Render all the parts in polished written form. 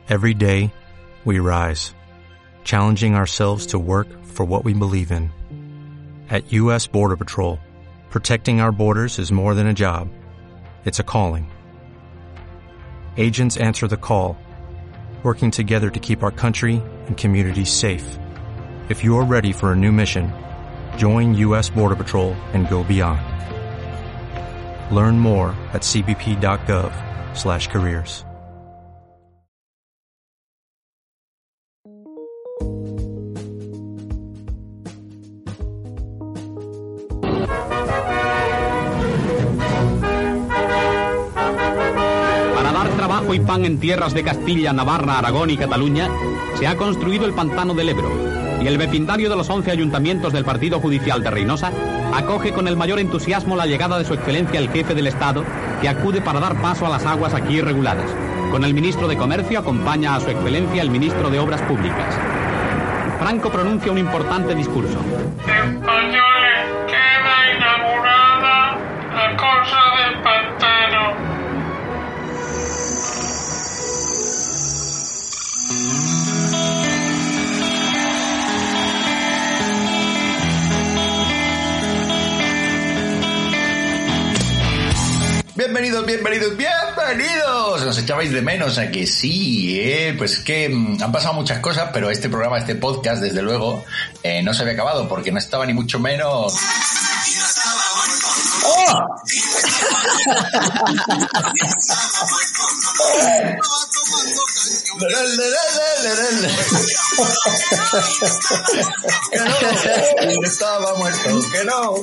Every day, we rise, challenging ourselves to work for what we believe in. At U.S. Border Patrol, protecting our borders is more than a job. It's a calling. Agents answer the call, working together to keep our country and communities safe. If you're ready for a new mission, join U.S. Border Patrol and go beyond. Learn more at cbp.gov/careers. Y pan en tierras de Castilla, Navarra, Aragón y Cataluña, se ha construido el Pantano del Ebro, y el vecindario de los 11 ayuntamientos del Partido Judicial de Reynosa acoge con el mayor entusiasmo la llegada de su excelencia el jefe del Estado, que acude para dar paso a las aguas aquí reguladas. Con el ministro de Comercio acompaña a su excelencia el ministro de Obras Públicas. Franco pronuncia un importante discurso. Españoles, queda inaugurada la cosa del pantano. Bienvenidos. Nos echabais de menos, ¿a que sí? Pues que han pasado muchas cosas, pero este programa, este podcast, desde luego, no se había acabado porque no estaba ni mucho menos... ¡Oh! Que no, estaba muerto, que no.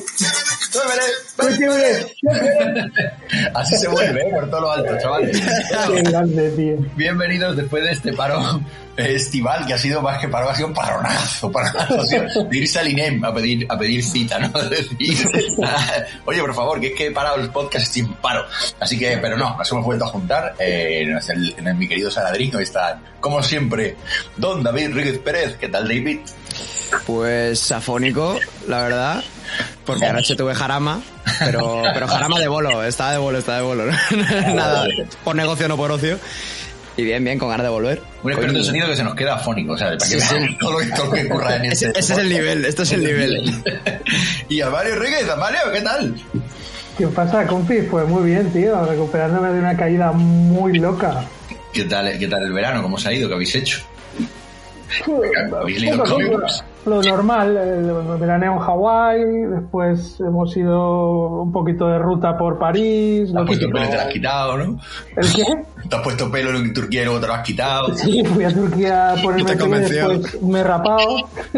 Así se vuelve, por todo lo alto, chavales. Qué grande, tío. Bienvenidos después de este paro estival, que ha sido más que paro, ha sido un paronazo, de irse al INEM a pedir cita, ¿no? Decir, oye, por favor, que es que he parado el podcast sin paro. Así que, pero no, nos hemos vuelto a juntar en mi querido Saladrín. Hoy está, como siempre, don David Ríguez Pérez. ¿Qué tal, David? Pues afónico, la verdad, porque anoche tuve jarama, pero jarama de bolo, está de bolo, ¿no? Nada, por negocio no por ocio. Y bien, con ganas de volver. Un experto de sonido que se nos queda afónico, ¿sabes? Para que vean todo lo que ocurra en ese es el nivel, esto es el nivel. Y a Mario Ríguez, ¿qué tal? ¿Qué pasa, compi? Pues muy bien, tío, recuperándome de una caída muy loca. ¿Qué tal el verano? ¿Cómo os ha ido? ¿Qué habéis hecho? ¿Habéis leído cómics? Lo normal, el veraneo en Hawái, después hemos ido un poquito de ruta por París. Te has puesto pelo y te lo has quitado, ¿no? ¿El qué? Te has puesto pelo en Turquía y luego te lo has quitado. Sí, fui a Turquía por el pelo y después me he rapado. Te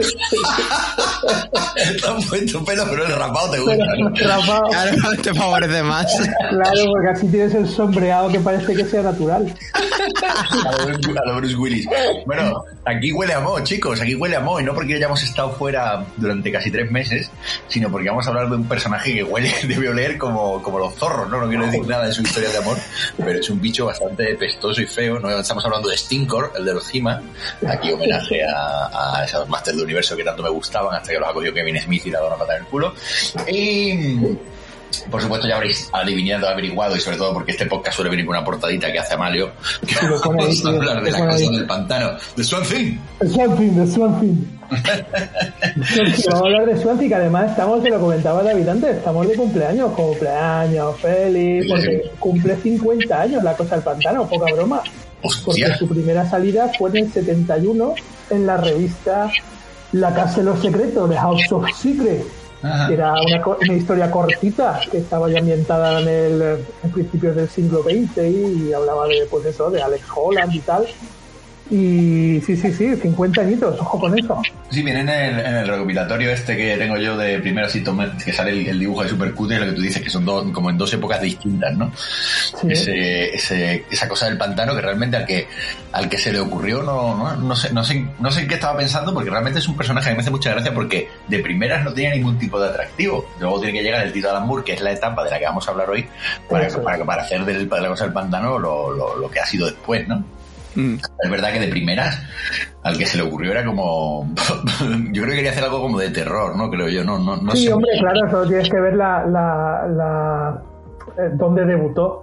has puesto pelo, pero el rapado te gusta, ¿no? Rapado. Claro, te favorece más. Claro, porque así tienes el sombreado que parece que sea natural. A lo Bruce Willis. Bueno, aquí huele a moho, chicos, aquí huele a moho, y no porque hayamos estado fuera durante casi 3 meses, sino porque vamos a hablar de un personaje que debe oler como los zorros, ¿no? No quiero decir nada de su historia de amor, pero es un bicho bastante pestoso y feo, ¿no? Estamos hablando de Stinkor, el de los He-Man, aquí homenaje a esos Masters del Universo que tanto me gustaban hasta que los ha cogido Kevin Smith y le ha dado una patada en el culo. Y... por supuesto ya habréis adivinado, averiguado, y sobre todo porque este podcast suele venir con una portadita que hace Amalio, que vamos a hablar de las cosas del pantano, de Swamp Thing. Swamp Thing. Vamos a hablar de Swamp Thing, que además estamos, te lo comentaba David antes, estamos de cumpleaños feliz, porque cumple 50 años la cosa del pantano, poca broma. Hostia. Porque su primera salida fue en el 71 en la revista La Casa de los Secretos, de House of Secrets. Ajá. Que era una historia cortita que estaba ya ambientada en principios del siglo XX y hablaba de, pues eso, de Alex Holland y tal. Y sí, 50 añitos, ojo con eso. Sí, viene en el recopilatorio este que tengo yo de primero así que sale el dibujo de Supercutter, lo que tú dices que son como en 2 épocas distintas, ¿no? Sí. Esa cosa del pantano que realmente al que se le ocurrió no sé en qué estaba pensando, porque realmente es un personaje que me hace mucha gracia porque de primeras no tenía ningún tipo de atractivo. Luego tiene que llegar el Tito Alan Moore, que es la etapa de la que vamos a hablar hoy, para hacer de la cosa del pantano lo que ha sido después, ¿no? Es verdad que de primeras al que se le ocurrió era como yo creo que quería hacer algo como de terror, ¿no? Creo yo, no sí, sé. Hombre, claro, solo tienes que ver dónde debutó.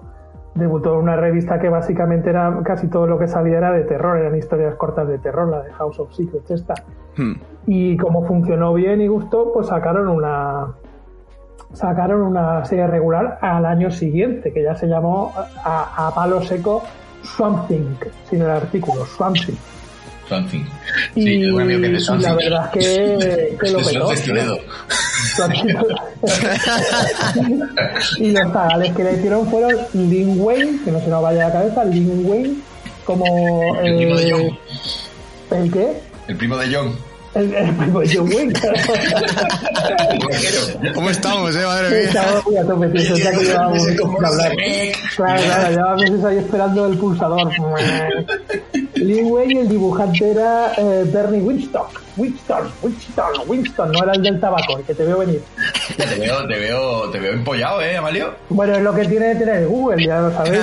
Debutó en una revista que básicamente era casi todo lo que salía era de terror, eran historias cortas de terror, la de House of Secrets esta. Y como funcionó bien y gustó, pues sacaron una serie regular al año siguiente, que ya se llamó a palo seco Swamp Thing, sin el artículo, Swamp Thing. Something. Y, sí, un amigo que es de Something. La verdad es que lo petó. Y los tagales que le hicieron fueron Lin Wayne, que no se nos vaya a la cabeza, Lin Wayne, como el primo de John. ¿El qué? El primo de John. El primo de John Wayne. ¿Cómo estamos, madre mía? Estamos muy a tope, tío. Ya que llevábamos hablar. Claro, llevábamos meses ahí esperando el pulsador. Lin Wayne y el dibujante era Bernie Winston, no era el del tabaco, el que te veo venir. Te veo empollado, Amalio. Bueno, es lo que tiene de tener Google, ya lo sabéis.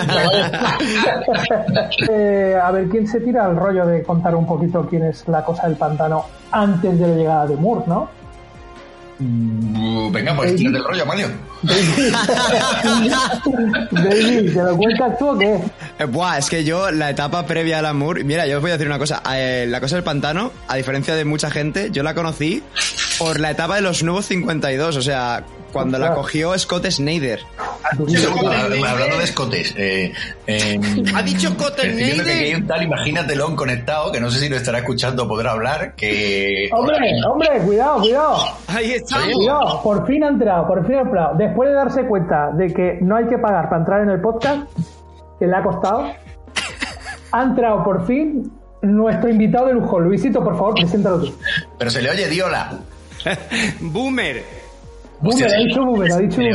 A ver, ¿quién se tira al rollo de contar un poquito quién es la cosa del pantano antes de la llegada de Moore, no? Venga, pues tírate el rollo, Amalio. David, ¿te lo cuentas tú o qué? Es que yo, la etapa previa al Moore, mira, yo os voy a decir una cosa, la cosa del pantano, a diferencia de mucha gente, yo la conocí por la etapa de los nuevos 52, o sea, cuando la cogió Scott Snyder. Hablando de Scotts, ha dicho Scott Snyder. Que hay un tal Imagínatelón conectado, que no sé si lo estará escuchando o podrá hablar, que... Hombre, cuidado. Ahí estamos. Cuidado, por fin ha entrado. Después de darse cuenta de que no hay que pagar para entrar en el podcast, que le ha costado, ha entrado por fin nuestro invitado de lujo. Luisito, por favor, preséntalo tú. Pero se le oye, di hola. Boomer. Hostia, ha dicho boomer.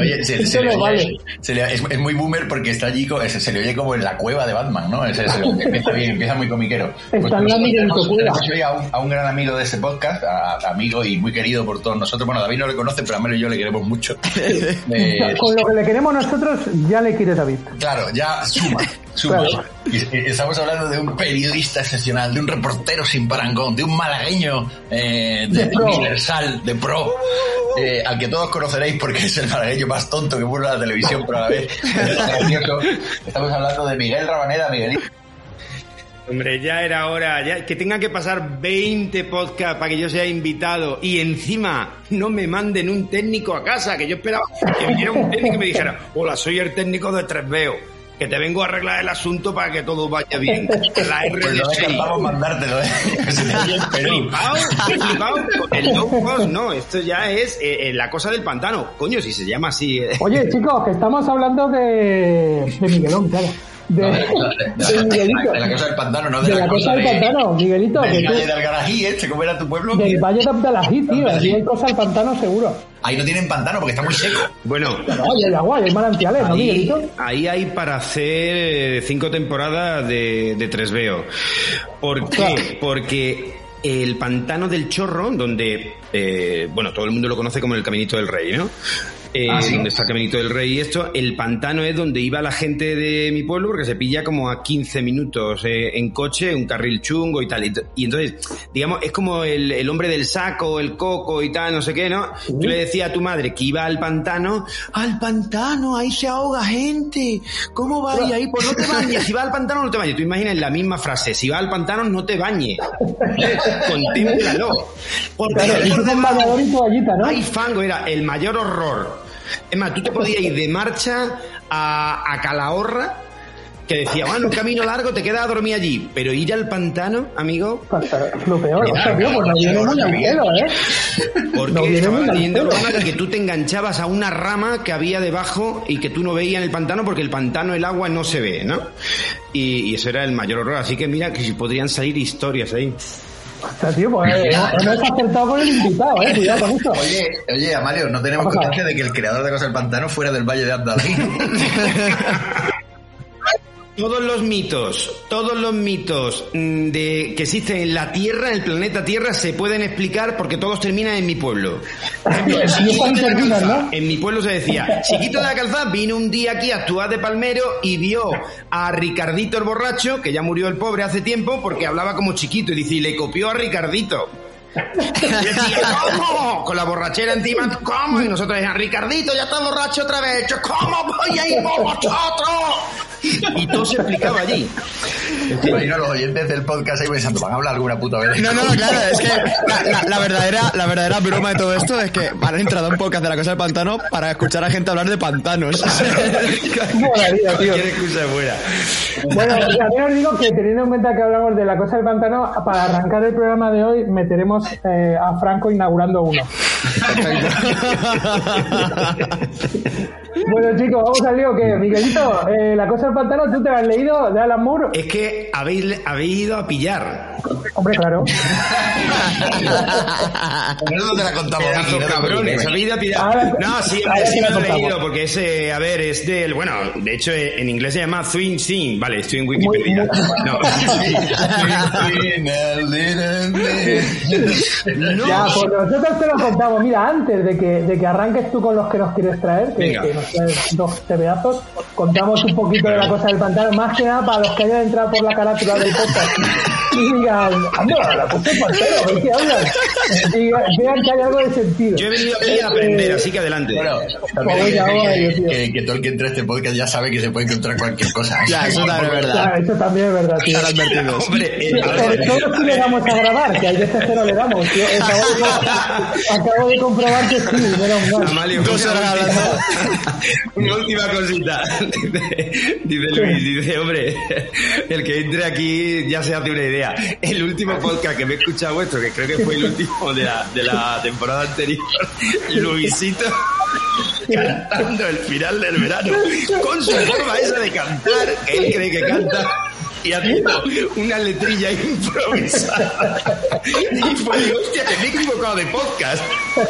Es muy boomer porque está allí, se le oye como en la cueva de Batman, ¿no? Empieza muy comiquero. Está en la Miguelito Cueva. A un gran amigo de este podcast, amigo y muy querido por todos nosotros. Bueno, David no le conoce, pero a Melo y yo le queremos mucho. Con lo que le queremos nosotros, ya le quiere David. Claro, ya suma. Claro. Estamos hablando de un periodista excepcional, de un reportero sin parangón, de un malagueño de Universal, de pro, al que todos conoceréis porque es el malagueño más tonto que vuelve a la televisión, pero a la vez es gracioso. Estamos hablando de Miguel Rabaneda. Miguelito. Hombre, ya era hora, ya que tenga que pasar 20 podcasts para que yo sea invitado y encima no me manden un técnico a casa, que yo esperaba que viniera un técnico y me dijera: hola, soy el técnico de 3Veo, que te vengo a arreglar el asunto para que todo vaya bien. La RDC. Pues no descartamos mandártelo, Flipado. El no, no, esto ya es la cosa del pantano. Coño, si se llama así. Oye, chicos, que estamos hablando de Miguelón, claro. De la cosa del pantano, no de la cosa del pantano, Miguelito. Del Valle de Algarají, ¿cómo era tu pueblo? Del Valle de Algarají, tío. Allí hay cosa del pantano seguro. Ahí no tienen pantano porque está muy seco. Bueno, hay agua, hay manantiales, ¿no, Miguelito? Ahí hay para hacer 5 temporadas de 3Veo. ¿Por qué? Claro. Porque el pantano del Chorro, donde, todo el mundo lo conoce como el Caminito del Rey, ¿no? ¿sí? Donde está el Caminito del Rey y esto, el pantano es donde iba la gente de mi pueblo porque se pilla como a 15 minutos en coche, un carril chungo y tal. Y entonces, digamos, es como el hombre del saco, el coco y tal, no sé qué, ¿no? Tú le decías a tu madre que iba al pantano, ahí se ahoga gente, ¿cómo va ahí? Pues no te bañes, si vas al pantano no te bañes. Tú imaginas la misma frase, si vas al pantano no te bañes. Contémplalo. Porque claro, hay fango, era el mayor horror. Es más, tú te podías ir de marcha a Calahorra, que decía, bueno, un camino largo, te quedas a dormir allí, pero ir al pantano, amigo... Lo peor, tío, pues no viene muy al pelo, Porque estaba leyendo que tú te enganchabas a una rama que había debajo y que tú no veías en el pantano porque el pantano, el agua no se ve, ¿no? Y eso era el mayor horror, así que mira que podrían salir historias ahí. Hostia, tío, pues no has acertado con el invitado, cuidado con esto. Oye, Amalio, no tenemos constancia de que el creador de Cosa del Pantano fuera del Valle de Algarají. Todos los mitos de que existen en la Tierra, en el planeta Tierra, se pueden explicar porque todos terminan en mi pueblo. Por ejemplo, en mi pueblo se decía, Chiquito de la Calzada vino un día aquí a actuar de palmero y vio a Ricardito el borracho, que ya murió el pobre hace tiempo porque hablaba como chiquito, y dice, y le copió a Ricardito. Y decía, ¿cómo? Con la borrachera encima, ¿cómo? Y nosotros decíamos, Ricardito ya está borracho otra vez. ¿Cómo voy a ir por vosotros? y todo se explicaba allí. Imagino a los oyentes del podcast ahí pensando, ¿van a hablar alguna puta vez? No, claro, es que la verdadera broma de todo esto es que han entrado a un podcast de La Cosa del Pantano para escuchar a gente hablar de pantanos. Molaría, tío. Cualquier excusa es buena. Bueno, también os digo que teniendo en cuenta que hablamos de La Cosa del Pantano, para arrancar el programa de hoy meteremos a Franco inaugurando uno. Bueno, chicos, vamos al lío. Que Miguelito, La Cosa del Pantano, ¿tú te lo has leído de Alan Moore? Es que habéis ido a pillar. Hombre, claro. No te la contamos, Pedazos Miki, cabrones, habéis ido a pillar. Ahora- No, sí ahora sí me lo la he leído, contamos. porque ese, a ver, es del, bueno, de hecho en inglés se llama Swing Sing. Vale, estoy en Wikipedia. No. No. Ya, pues nosotros te lo contamos. Mira, antes de que arranques tú con los que nos quieres traer, que Venga. nos traes 2 TVazos, contamos un poquito de La Cosa del Pantano, más que nada para los que hayan entrado por la carátula del podcast y digan, anda, La Cosa del Pantano, ¿de qué hablan? Y vean que hay algo de sentido. Yo he venido aquí a aprender, así que adelante. Bueno, también Joder, ya, hay tío. que todo el que entra a este podcast ya sabe que se puede encontrar cualquier cosa. Ya, eso también es verdad. Claro, eso también es verdad, tío. Están advertidos. Hombre, Sobre todo si le damos a grabar, que hay veces que no le damos. Yo acabo de comprobar que sí, menos mal. Amalio, Dos horas hablando. una última cosita. Dice Luis, dice, hombre, el que entre aquí ya se hace una idea. El último podcast que me he escuchado vuestro, que creo que fue el último de la temporada anterior, Luisito cantando el final del verano, con su forma esa de cantar, que él cree que canta, y haciendo una letrilla improvisada. Y fue, hostia, que me he equivocado de podcast.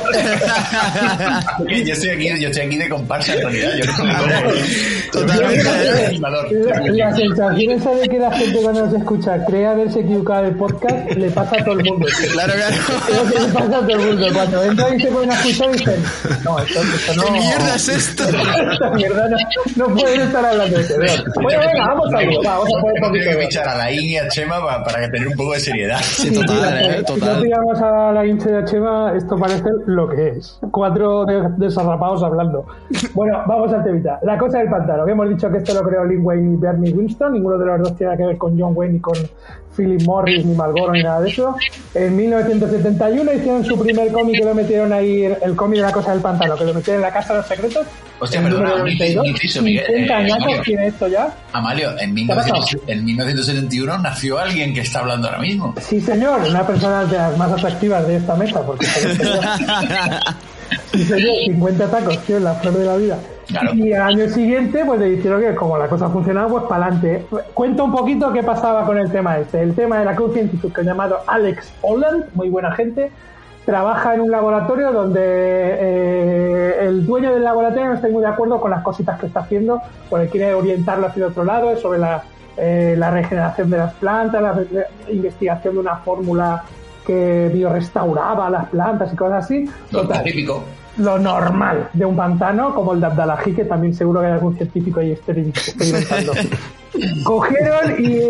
Porque yo estoy aquí de comparsa en realidad. Yo no soy Totalmente. La sensación esa de que la gente cuando nos escucha cree haberse equivocado del podcast le pasa a todo el mundo. Claro. Creo que le pasa a todo el mundo. Cuando entran y se pueden escuchar dicen, no, esto no... ¿Qué mierda es esto? Esta mierda no pueden estar hablando de esto. Bueno, venga, vamos a ir. Vamos a poner un Tengo poquito que de... fichar a la IN y a Chema para tener un poco de seriedad. Sí, total, Si no total. tiramos a la hincha de Chema, esto parece lo que es. 4 desarrapados hablando. Bueno, vamos al temita. La Cosa del Pantano. Habíamos dicho que esto lo creó Lin Wayne y Bernie Winston. Ninguno de los dos tiene que ver con John Wayne, ni con Philip Morris, ni Marlboro, ni nada de eso. En 1971 hicieron su primer cómic, que lo metieron ahí, el cómic de La Cosa del Pantano, que lo metieron en La Casa de los Secretos. Hostia, en perdona, 92. un inciso, Miguel. 50 años Mario. tiene esto ya. Amalio, en 1971 nació alguien que está hablando ahora mismo. Sí, señor, una persona de las más atractivas de esta mesa, porque sí, señor, 50 tacos, tío, en la flor de la vida. Claro. Y al año siguiente, pues le dijeron que como la cosa funcionaba, pues para adelante. Cuento un poquito qué pasaba con el tema este. El tema era que un científico llamado Alex Holland, muy buena gente, trabaja en un laboratorio donde el dueño del laboratorio no está muy de acuerdo con las cositas que está haciendo, porque quiere orientarlo hacia otro lado, sobre la regeneración de las plantas, la investigación de una fórmula que biorestauraba las plantas y cosas así. Total, Típico. lo normal de un pantano, como el de Abdalají, que también seguro que hay algún científico ahí experimentando. Cogieron y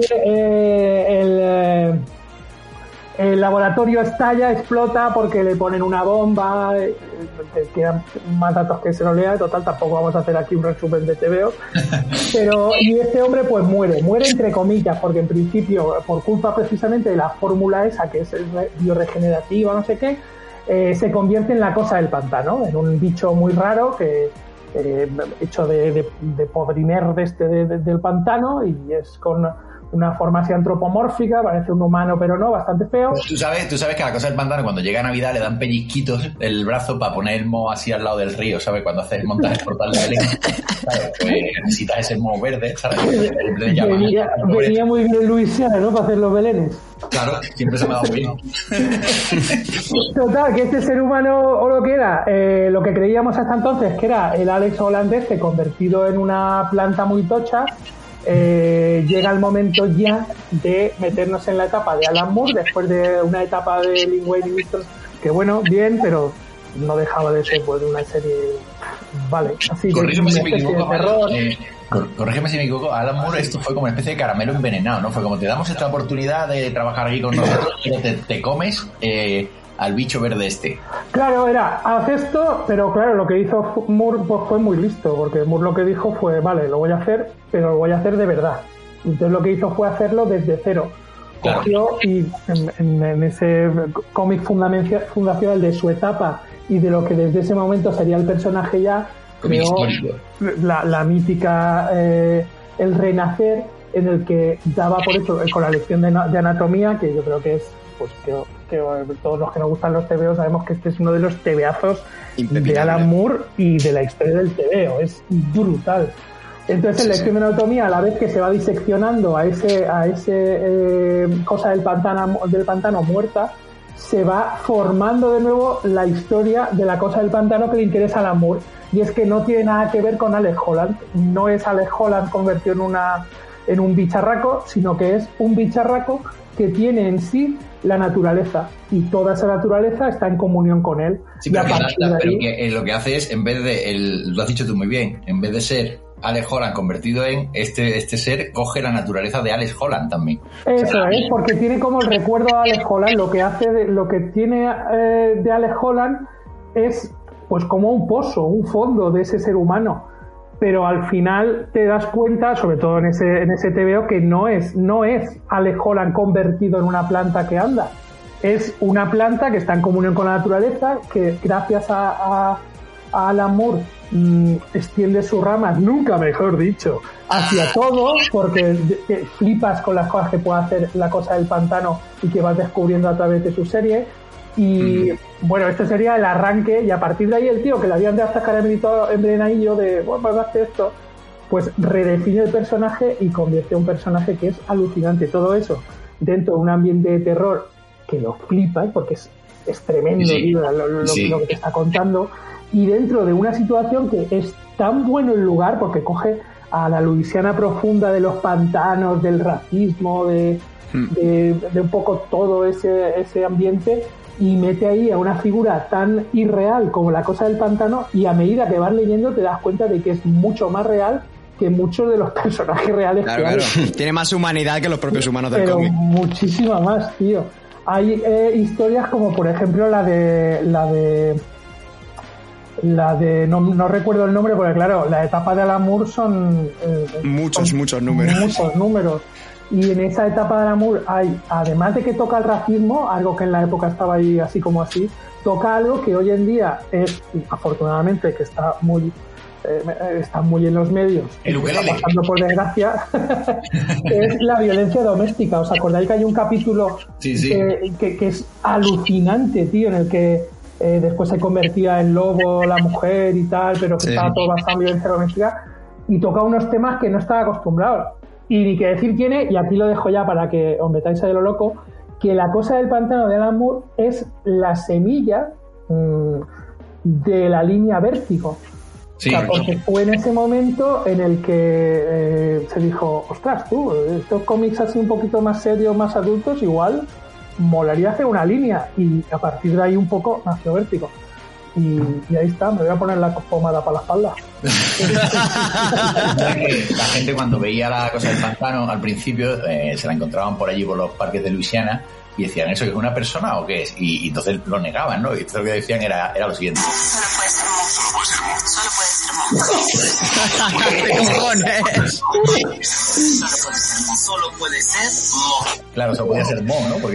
el laboratorio estalla, explota porque le ponen una bomba, quedan más datos que se lo lea, total tampoco vamos a hacer aquí un resumen de TVO, pero y este hombre pues muere entre comillas, porque en principio por culpa precisamente de la fórmula esa que es bioregenerativa, no sé qué, se convierte en la Cosa del Pantano, en un bicho muy raro que hecho de podrimer del pantano, y es con una forma así antropomórfica, parece un humano pero no, bastante feo. Tú sabes que a la Cosa del Pantano, cuando llega Navidad, le dan pellizquitos el brazo para poner el moho así al lado del río, ¿sabes? Cuando haces montas el portal de Belén, ¿sabes? Pues necesitas ese moho verde, ¿sabes? Venía muy bien Luisiana, ¿no? Para hacer los belenes. Claro, siempre se me ha dado bien. Total, que este ser humano, o lo que era, lo que creíamos hasta entonces que era el Alex holandés, que convertido en una planta muy tocha, llega el momento ya de meternos en la etapa de Alan Moore, después de una etapa de Lin Wayne y Winston, que bueno, bien, pero no dejaba de ser pues una serie, vale, así de Corrígeme si me especie de equivoco, terror. corrígeme si me equivoco, Alan Moore esto fue como una especie de caramelo envenenado, ¿no? Fue como te damos esta oportunidad de trabajar aquí con nosotros, pero te comes al bicho verde este. Claro, haz esto, pero claro, lo que hizo Moore pues, fue muy listo, porque Moore lo que dijo fue, vale, lo voy a hacer, pero lo voy a hacer de verdad. Entonces lo que hizo fue hacerlo desde cero. Claro. Cogió y en ese cómic fundacional de su etapa y de lo que desde ese momento sería el personaje ya, creó la mítica El Renacer, en el que daba por hecho con la lección de anatomía, que yo creo que es, pues que todos los que nos gustan los TVO sabemos que este es uno de los TVazos de Alan Moore y de la historia del TVO, es brutal. Entonces, la lección de anatomía, a la vez que se va diseccionando a ese cosa del pantano muerta, se va formando de nuevo la historia de la cosa del pantano que le interesa a Alan Moore. Y es que no tiene nada que ver con Alex Holland. No es Alex Holland convertido en un bicharraco, sino que es un bicharraco que tiene en sí la naturaleza, y toda esa naturaleza está en comunión con él. Sí, pero que lo que hace es, en vez de, lo has dicho tú muy bien, en vez de ser Alex Holland convertido en este ser, coge la naturaleza de Alex Holland también. Eso es, porque tiene como el recuerdo de Alex Holland. Lo que tiene de Alex Holland es pues como un pozo, un fondo de ese ser humano. Pero al final te das cuenta, sobre todo en ese TVO, que no es Alex Holland convertido en una planta que anda. Es una planta que está en comunión con la naturaleza, que gracias a Alan Moore extiende sus ramas, nunca mejor dicho, hacia todo, porque te flipas con las cosas que puede hacer la cosa del pantano y que vas descubriendo a través de su serie. Y bueno, este sería el arranque, y a partir de ahí el tío, que le habían de hasta envenenadillo de, bueno, pues hace esto, pues redefine el personaje y convierte a un personaje que es alucinante. Todo eso dentro de un ambiente de terror que lo flipas, porque es tremendo, tío, lo que te está contando, y dentro de una situación que es tan bueno el lugar, porque coge a la Luisiana profunda de los pantanos, del racismo, de un poco todo ese ambiente, y mete ahí a una figura tan irreal como la cosa del pantano, y a medida que vas leyendo te das cuenta de que es mucho más real que muchos de los personajes reales. Claro. Tiene más humanidad que los propios humanos del cómic. Pero muchísima más, tío. Hay historias como, por ejemplo, la de no recuerdo el nombre, porque claro, la etapa de Alan Moore son muchos números. Muchos números. Y en esa etapa de Alan Moore hay, además de que toca el racismo, algo que en la época estaba ahí así como así, toca algo que hoy en día es, afortunadamente, que está muy en los medios, está pasando por desgracia, es la violencia doméstica. ¿Os acordáis que hay un capítulo que es alucinante, tío, en el que después se convertía en lobo la mujer y tal, pero que estaba todo basado en violencia doméstica, y toca unos temas que no estaba acostumbrado? Y ni que decir quién es, y aquí lo dejo ya para que os metáis ahí de lo loco, que la cosa del pantano de Alan Moore es la semilla de la línea Vértigo. Sí, o sea, porque fue en ese momento en el que se dijo, ostras, tú, estos cómics así un poquito más serios, más adultos, igual molaría hacer una línea, y a partir de ahí un poco nació Vértigo. Y ahí está, me voy a poner la pomada para la espalda. La gente, cuando veía la cosa del pantano al principio, se la encontraban por allí por los parques de Luisiana y decían, ¿eso que es una persona o qué es? Y entonces lo negaban, ¿no? Y entonces lo que decían era lo siguiente: solo puede ser Mo. ¿Qué cojones? Solo puede ser Mo. Claro, solo podía ser Mo, ¿no? Porque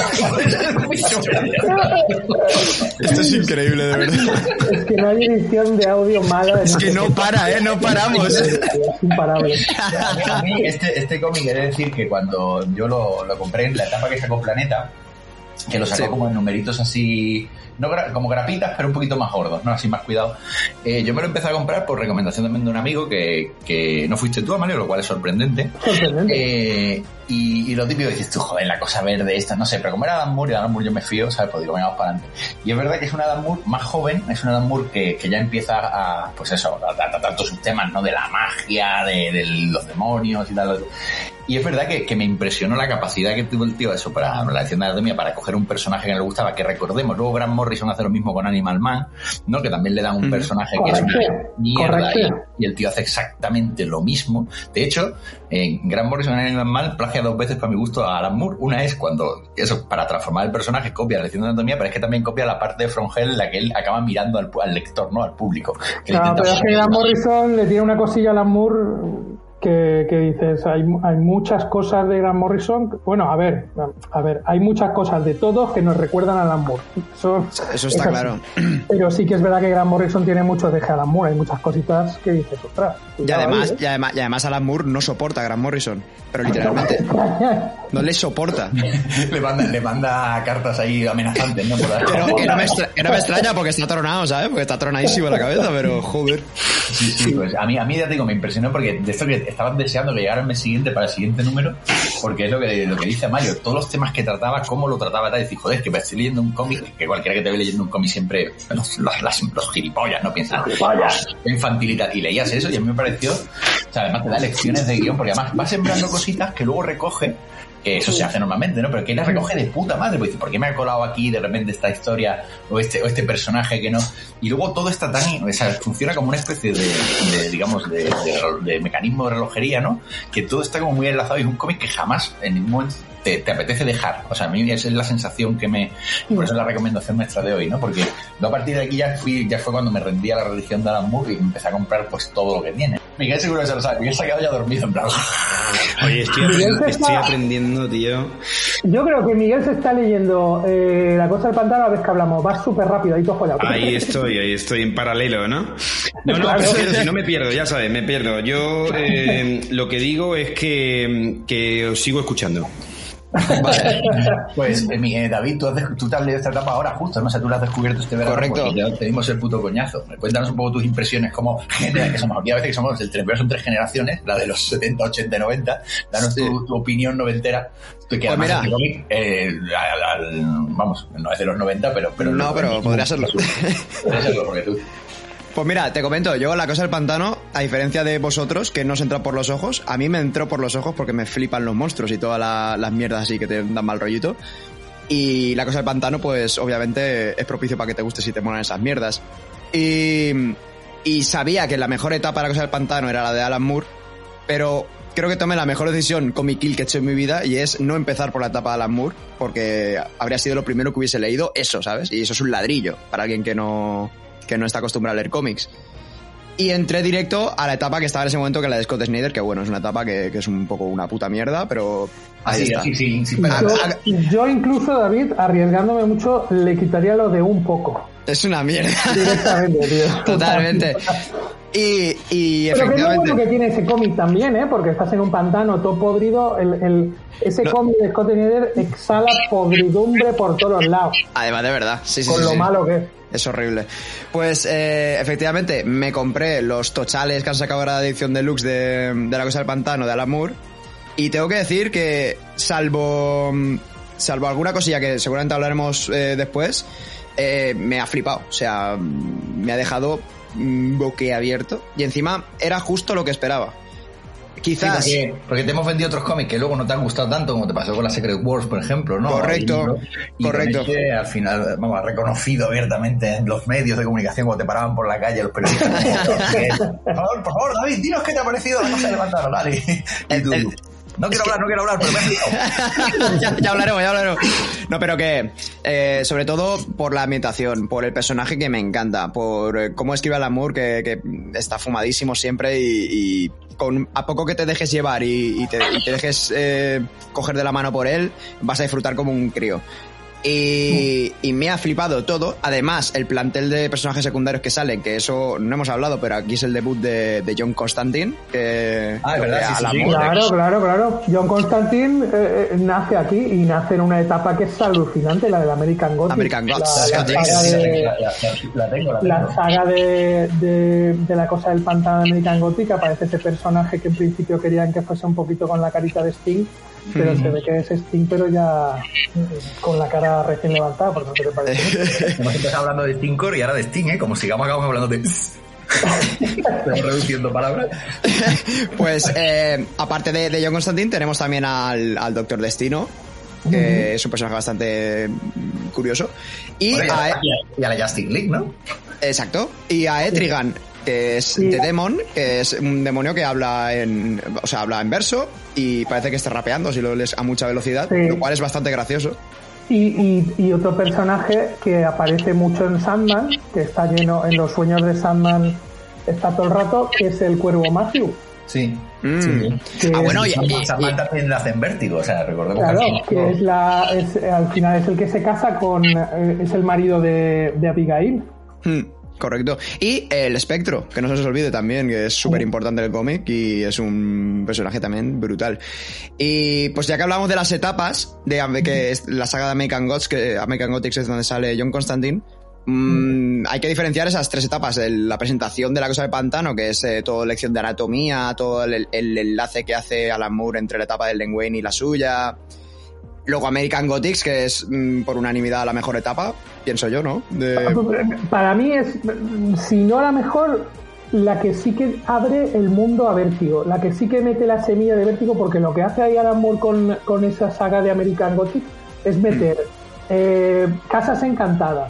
esto es increíble, de verdad. Es que no hay edición de audio mala. Es que no para, no paramos. Es imparable. A mí este cómic, he de decir que cuando yo lo compré en la etapa que sacó Planeta, que lo sacó como en numeritos así, no como grapitas, pero un poquito más gordos, ¿no? Así más cuidado. Yo me lo empecé a comprar por recomendación también de un amigo que no fuiste tú, Amalio, lo cual es sorprendente. Y lo típico, dices tú, joder, la cosa verde esta, no sé, pero como era Alan Moore, y Alan Moore yo me fío, ¿sabes? Pues digo, venga, vamos para adelante. Y es verdad que es un Alan Moore más joven, es un Alan Moore que ya empieza a, pues eso, a tratar todos sus temas, ¿no? De la magia, de los demonios y tal. Y es verdad que me impresionó la capacidad que tuvo el tío eso para la lección de anatomía, para coger un personaje que no le gustaba, que recordemos, luego Grant Morrison hace lo mismo con Animal Man, ¿no? Que también le dan un personaje que es una mierda y el tío hace exactamente lo mismo. De hecho, Grant Morrison en Animal Man plagia 2 veces para mi gusto a Alan Moore. Una es cuando, eso, para transformar el personaje copia la lección de anatomía, pero es que también copia la parte de From Hell en la que él acaba mirando al lector, ¿no? Al público. Claro, pero es que Grant Morrison le tiene una cosilla a Alan Moore que dices, hay muchas cosas de Grant Morrison. Bueno, a ver, hay muchas cosas de todos que nos recuerdan a Alan Moore. Eso está claro. Pero sí que es verdad que Grant Morrison tiene mucho de Alan Moore. Hay muchas cositas que dices, ostras. Y además Alan Moore no soporta a Grant Morrison, pero literalmente no le soporta. le manda cartas ahí amenazantes, ¿no? Pero que no me extraña porque está tronado, ¿sabes? Porque está tronadísimo la cabeza, pero joder. Sí, pues a mí ya te digo, me impresionó porque de esto que estaban deseando que llegara el mes siguiente para el siguiente número, porque es lo que dice Mayo, todos los temas que trataba, cómo lo trataba, tal, y decir, joder, que estoy leyendo un cómic, que cualquiera que te ve leyendo un cómic siempre, los gilipollas, no piensan, infantilidad, y leías eso y a mí me pareció, o sea, además te da lecciones de guión, porque además va sembrando cositas que luego recoge, que eso se hace normalmente, ¿no? Pero que la recoge de puta madre, porque dice, ¿por qué me ha colado aquí de repente esta historia o este personaje que no? Y luego todo está tan, o sea, funciona como una especie de digamos, de mecanismo de relojería, ¿no? Que todo está como muy enlazado y es un cómic que jamás en ningún momento te apetece dejar. O sea, a mí esa es la sensación que por eso es la recomendación nuestra de hoy, ¿no? Porque a partir de aquí ya fue cuando me rendí a la religión de Alan Moore y empecé a comprar pues todo lo que tiene. Miguel seguro que se lo sabe, Miguel se ha quedado ya dormido en plan. Oye, estoy aprendiendo, tío. Yo creo que Miguel se está leyendo La cosa del pantano a la vez que hablamos. Va súper rápido, ahí todo follado. Ahí estoy en paralelo, ¿no? No, claro. Pero si no me pierdo, ya sabes, me pierdo. Yo lo que digo es que os sigo escuchando. Vale. Pues David, tú te has leído esta etapa ahora justo, ¿no? O sea, tú la has descubierto este verano. Correcto. Porque ya te dimos el puto coñazo. Cuéntanos un poco tus impresiones como que somos. Aquí a veces que somos son 3 generaciones, la de los 70, 80, 90. Danos tu opinión noventera. Que además pues mira, este cómic, vamos, no es de los 90, pero no, pero podría serlo. Podría serlo porque tú. Pues mira, te comento, yo La cosa del pantano, a diferencia de vosotros, que no os entra por los ojos, a mí me entró por los ojos porque me flipan los monstruos y todas las mierdas así que te dan mal rollito. Y La cosa del pantano, pues obviamente es propicio para que te guste si te molan esas mierdas. Y sabía que la mejor etapa de La cosa del pantano era la de Alan Moore, pero creo que tomé la mejor decisión comic kill que he hecho en mi vida y es no empezar por la etapa de Alan Moore, porque habría sido lo primero que hubiese leído eso, ¿sabes? Y eso es un ladrillo para alguien que no está acostumbrado a leer cómics. Y entré directo a la etapa que estaba en ese momento, que es la de Scott Snyder, que bueno, es una etapa que es un poco una puta mierda, pero ahí está. Sí, yo incluso, David, arriesgándome mucho, le quitaría lo de un poco. Es una mierda. Directamente, tío. Totalmente. Y pero efectivamente... que es lo bueno que tiene ese cómic también, porque estás en un pantano todo podrido. Ese cómic de Scott Snyder exhala podridumbre por todos lados. Además, de verdad. Sí, con lo malo que es. Es horrible. Pues efectivamente me compré los tochales que han sacado ahora de edición deluxe de La cosa del pantano de Alan Moore y tengo que decir que salvo alguna cosilla que seguramente hablaremos después, me ha flipado. O sea, me ha dejado boquiabierto y encima era justo lo que esperaba. Quizás. Sí, porque te hemos vendido otros cómics que luego no te han gustado tanto, como te pasó con la Secret Wars, por ejemplo, ¿no? Correcto. Y correcto. Al final, vamos, reconocido abiertamente en los medios de comunicación cuando te paraban por la calle los periodistas. Por favor, David, dinos qué te ha parecido La cosa del pantano, dale. Y tú, no quiero hablar, pero me he explicado. ya hablaremos. No, pero que, sobre todo por la ambientación, por el personaje que me encanta, por cómo escribe Alan Moore, que está fumadísimo siempre y a poco que te dejes llevar y te dejes coger de la mano por él, vas a disfrutar como un crío. Y me ha flipado todo. Además, el plantel de personajes secundarios que salen, que eso no hemos hablado, pero aquí es el debut de John Constantine. Que es verdad, sí. Claro. John Constantine nace aquí y nace en una etapa que es alucinante, la del American Gothic. American Gods. La saga de La cosa del pantano de American Gothic. Aparece ese personaje que en principio querían que fuese un poquito con la carita de Sting, pero se ve que es Sting, pero ya con la cara recién levantada, porque no te parece. Hemos empezado hablando de Stinkor y ahora de Sting, como sigamos acabamos hablando de... Estamos reduciendo palabras. Pues, aparte de John Constantine, tenemos también al Doctor Destino, que es un personaje bastante curioso. Y Bueno, a la Justice League, ¿no? Exacto. Y a Etrigan, que es The Demon, que es un demonio que habla en verso y parece que está rapeando si lo lees a mucha velocidad, lo cual es bastante gracioso. Y otro personaje que aparece mucho en Sandman, que está lleno en los sueños de Sandman, está todo el rato, que es el Cuervo Matthew. Sí. Bueno, Sandman también nace en Vértigo, o sea, recordemos que al final es el que se casa con, es el marido de Abigail. Correcto. Y el Espectro, que no se os olvide también, que es súper importante en el cómic y es un personaje también brutal. Y pues ya que hablamos de las etapas, que es la saga de American Gods, que American Gothic es donde sale John Constantine, hay que diferenciar esas 3 etapas. La presentación de la cosa del pantano, que es toda lección de anatomía, todo el enlace que hace Alan Moore entre la etapa del Len Wein y la suya. Luego American Gothic, que es por unanimidad la mejor etapa, pienso yo, ¿no? Para mí es, si no la mejor, la que sí que abre el mundo a Vértigo, la que sí que mete la semilla de Vértigo, porque lo que hace ahí Alan Moore con esa saga de American Gothic es meter casas encantadas,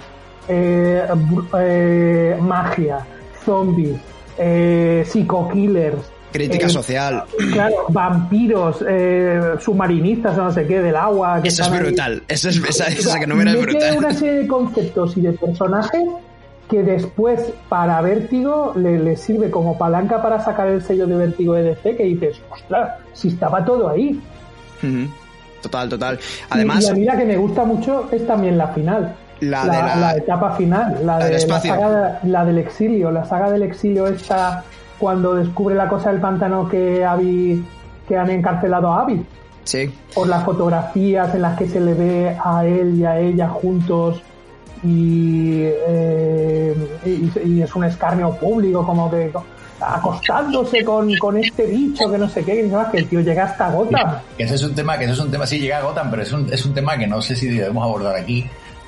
magia, zombies, psico-killers, crítica social. Claro, vampiros, submarinistas o no sé qué, del agua. Eso es brutal. Esa que no me era brutal. Una serie de conceptos y de personajes que después para Vértigo le sirve como palanca para sacar el sello de Vértigo de DC, que dices, ostras, si estaba todo ahí. Total. Además, y a mí la que me gusta mucho es también la final. La etapa final, la del exilio, la saga del exilio esta, cuando descubre la cosa del pantano que han encarcelado a Abby. Sí. Por las fotografías en las que se le ve a él y a ella juntos y es un escarnio público, como que acostándose con este bicho que no sé qué, que el tío llega hasta Gotham. Que ese es un tema, sí llega a Gotham, pero es un tema que no sé si debemos abordar aquí.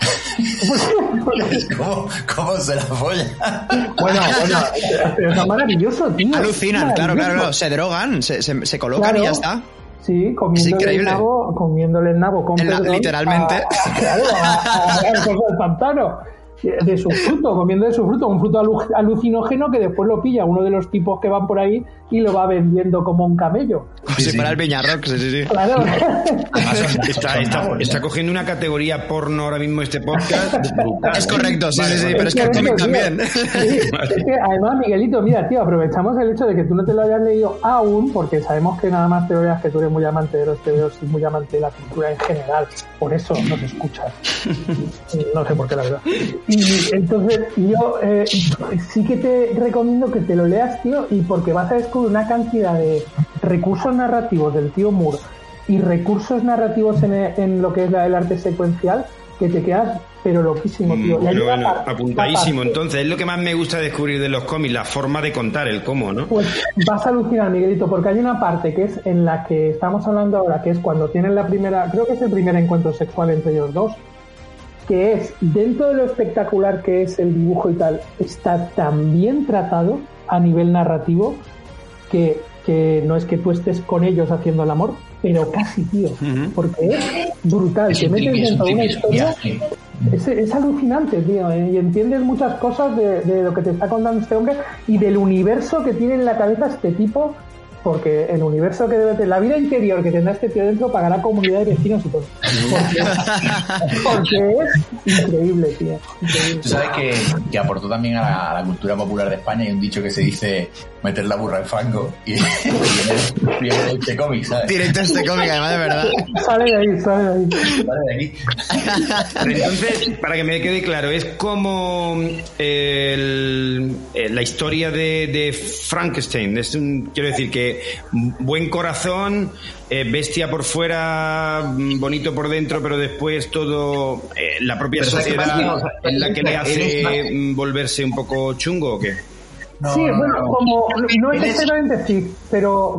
¿Cómo se la folla? Bueno, pero es maravilloso, tío. Alucinan, claro. Se drogan, se colocan y ya está. Sí, comiéndole el nabo con perdón, literalmente. Al coso del pantano. De su fruto, comiendo de su fruto, un fruto alucinógeno que después lo pilla uno de los tipos que van por ahí y lo va vendiendo como un camello. Si fuera el Peñarrock, sí. Claro. Está cogiendo una categoría porno ahora mismo este podcast. Es correcto, sí, pero es que el cómic también. Sí, es que además, Miguelito, mira, tío, aprovechamos el hecho de que tú no te lo hayas leído aún, porque sabemos que nada más te veas que tú eres muy amante de los TVOs y muy amante de la cultura en general, por eso nos escuchas. No sé por qué, la verdad. Y entonces yo sí que te recomiendo que te lo leas, tío, y porque vas a descubrir una cantidad de recursos narrativos del tío Moore y recursos narrativos en lo que es el arte secuencial, que te quedas pero loquísimo, tío. Bueno, apuntadísimo. Entonces, es lo que más me gusta descubrir de los cómics, la forma de contar, el cómo, ¿no? Pues vas a alucinar, Miguelito, porque hay una parte que es en la que estamos hablando ahora, que es cuando tienen la primera, creo que es el primer encuentro sexual entre ellos dos, que es, dentro de lo espectacular que es el dibujo y tal, está tan bien tratado a nivel narrativo que no es que tú estés con ellos haciendo el amor, pero casi, tío, porque es brutal, te metes dentro de una historia, es alucinante, tío, y entiendes muchas cosas de lo que te está contando este hombre y del universo que tiene en la cabeza este tipo, porque el universo que debe tener, la vida interior que tendrá este tío dentro, pagará comunidad de vecinos y todo. Porque es increíble, tío. Increíble. Tú sabes que aportó también a la cultura popular de España. Hay un dicho que se dice meter la burra en fango y viene de este cómic, ¿sabes? Directo este cómic, además, de verdad. Sale de ahí. Sale de aquí. Entonces, para que me quede claro, es como la historia de Frankenstein. Quiero decir que buen corazón, bestia por fuera, bonito por dentro, pero después todo la propia sociedad es la que le hace volverse un poco chungo, ¿o qué? No, sí, bueno, como no es exactamente sí, pero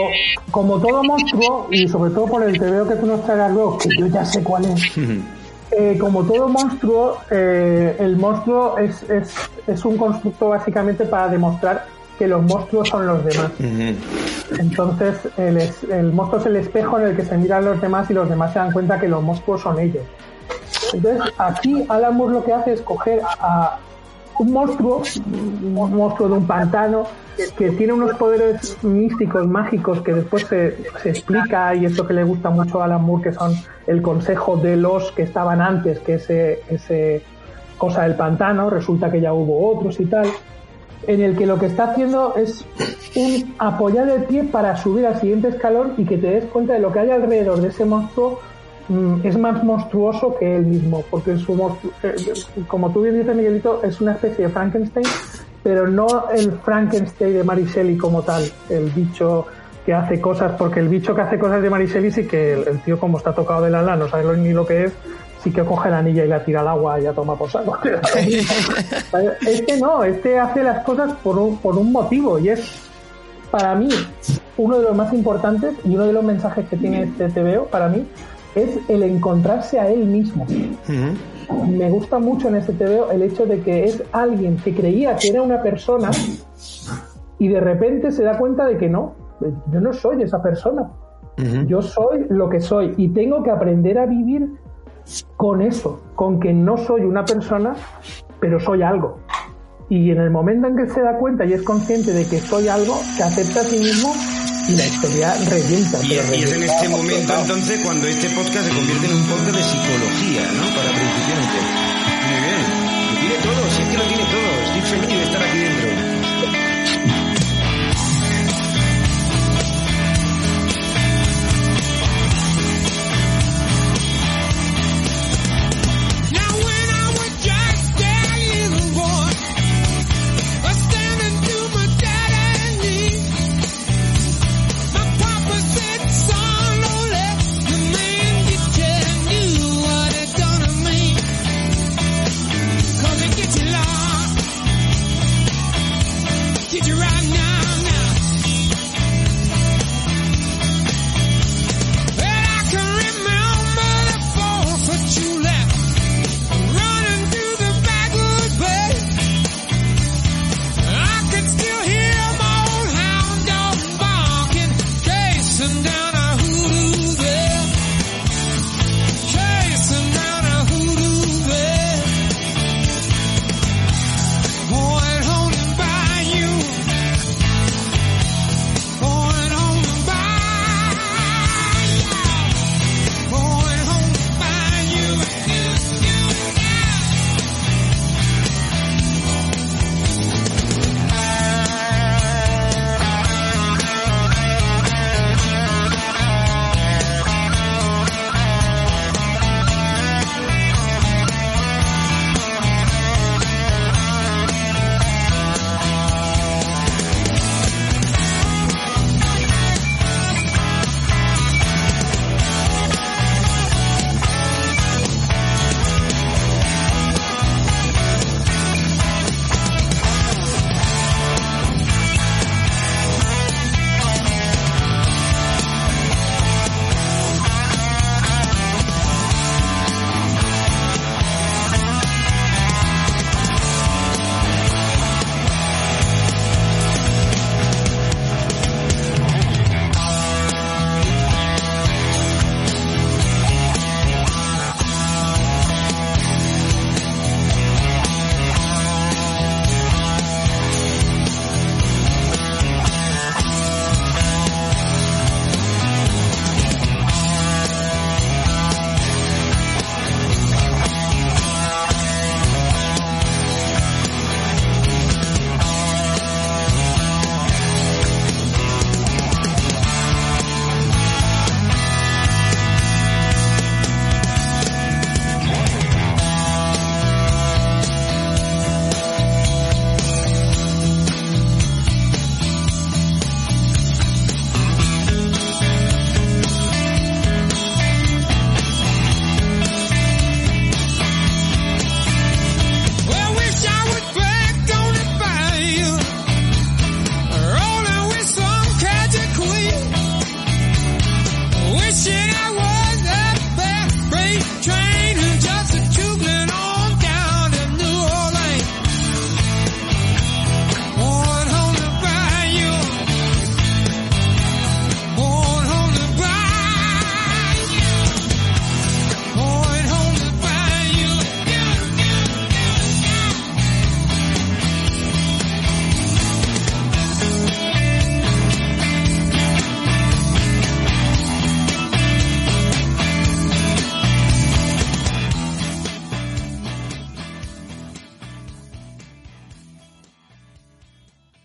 como todo monstruo, y sobre todo por el TVO que tú nos traigas luego, que yo ya sé cuál es, como todo monstruo, el monstruo es un constructo básicamente para demostrar que los monstruos son los demás. Entonces el monstruo es el espejo en el que se miran los demás y los demás se dan cuenta que los monstruos son ellos. Entonces aquí Alan Moore lo que hace es coger a un monstruo de un pantano que tiene unos poderes místicos, mágicos, que después se explica, y esto que le gusta mucho a Alan Moore, que son el consejo de los que estaban antes que ese cosa del pantano, resulta que ya hubo otros y tal, en el que lo que está haciendo es un apoyar el pie para subir al siguiente escalón y que te des cuenta de lo que hay alrededor de ese monstruo. Es más monstruoso que él mismo, porque su monstruo, como tú bien dices, Miguelito, es una especie de Frankenstein, pero no el Frankenstein de Mary Shelley como tal, el bicho que hace cosas, porque el bicho que hace cosas de Mary Shelley sí que el tío, como está tocado del ala, no sabe ni lo que es, sí que coge la anilla y la tira al agua y ya toma por saco. Este no, este hace las cosas por un motivo, y es, para mí, uno de los más importantes, y uno de los mensajes que tiene este TVO para mí es el encontrarse a él mismo. Me gusta mucho en este TVO el hecho de que es alguien que creía que era una persona y de repente se da cuenta de que no, yo no soy esa persona. Yo soy lo que soy y tengo que aprender a vivir con eso, con que no soy una persona, pero soy algo. Y en el momento en que se da cuenta y es consciente de que soy algo, se acepta a sí mismo y la historia revienta. Y es en este momento entonces cuando este podcast se convierte en un podcast de psicología, ¿no? Para principiantes. Muy bien. Lo tiene todo, sí es que lo tiene todo. Estoy feliz de estar aquí dentro.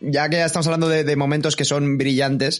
ya que estamos hablando de momentos que son brillantes,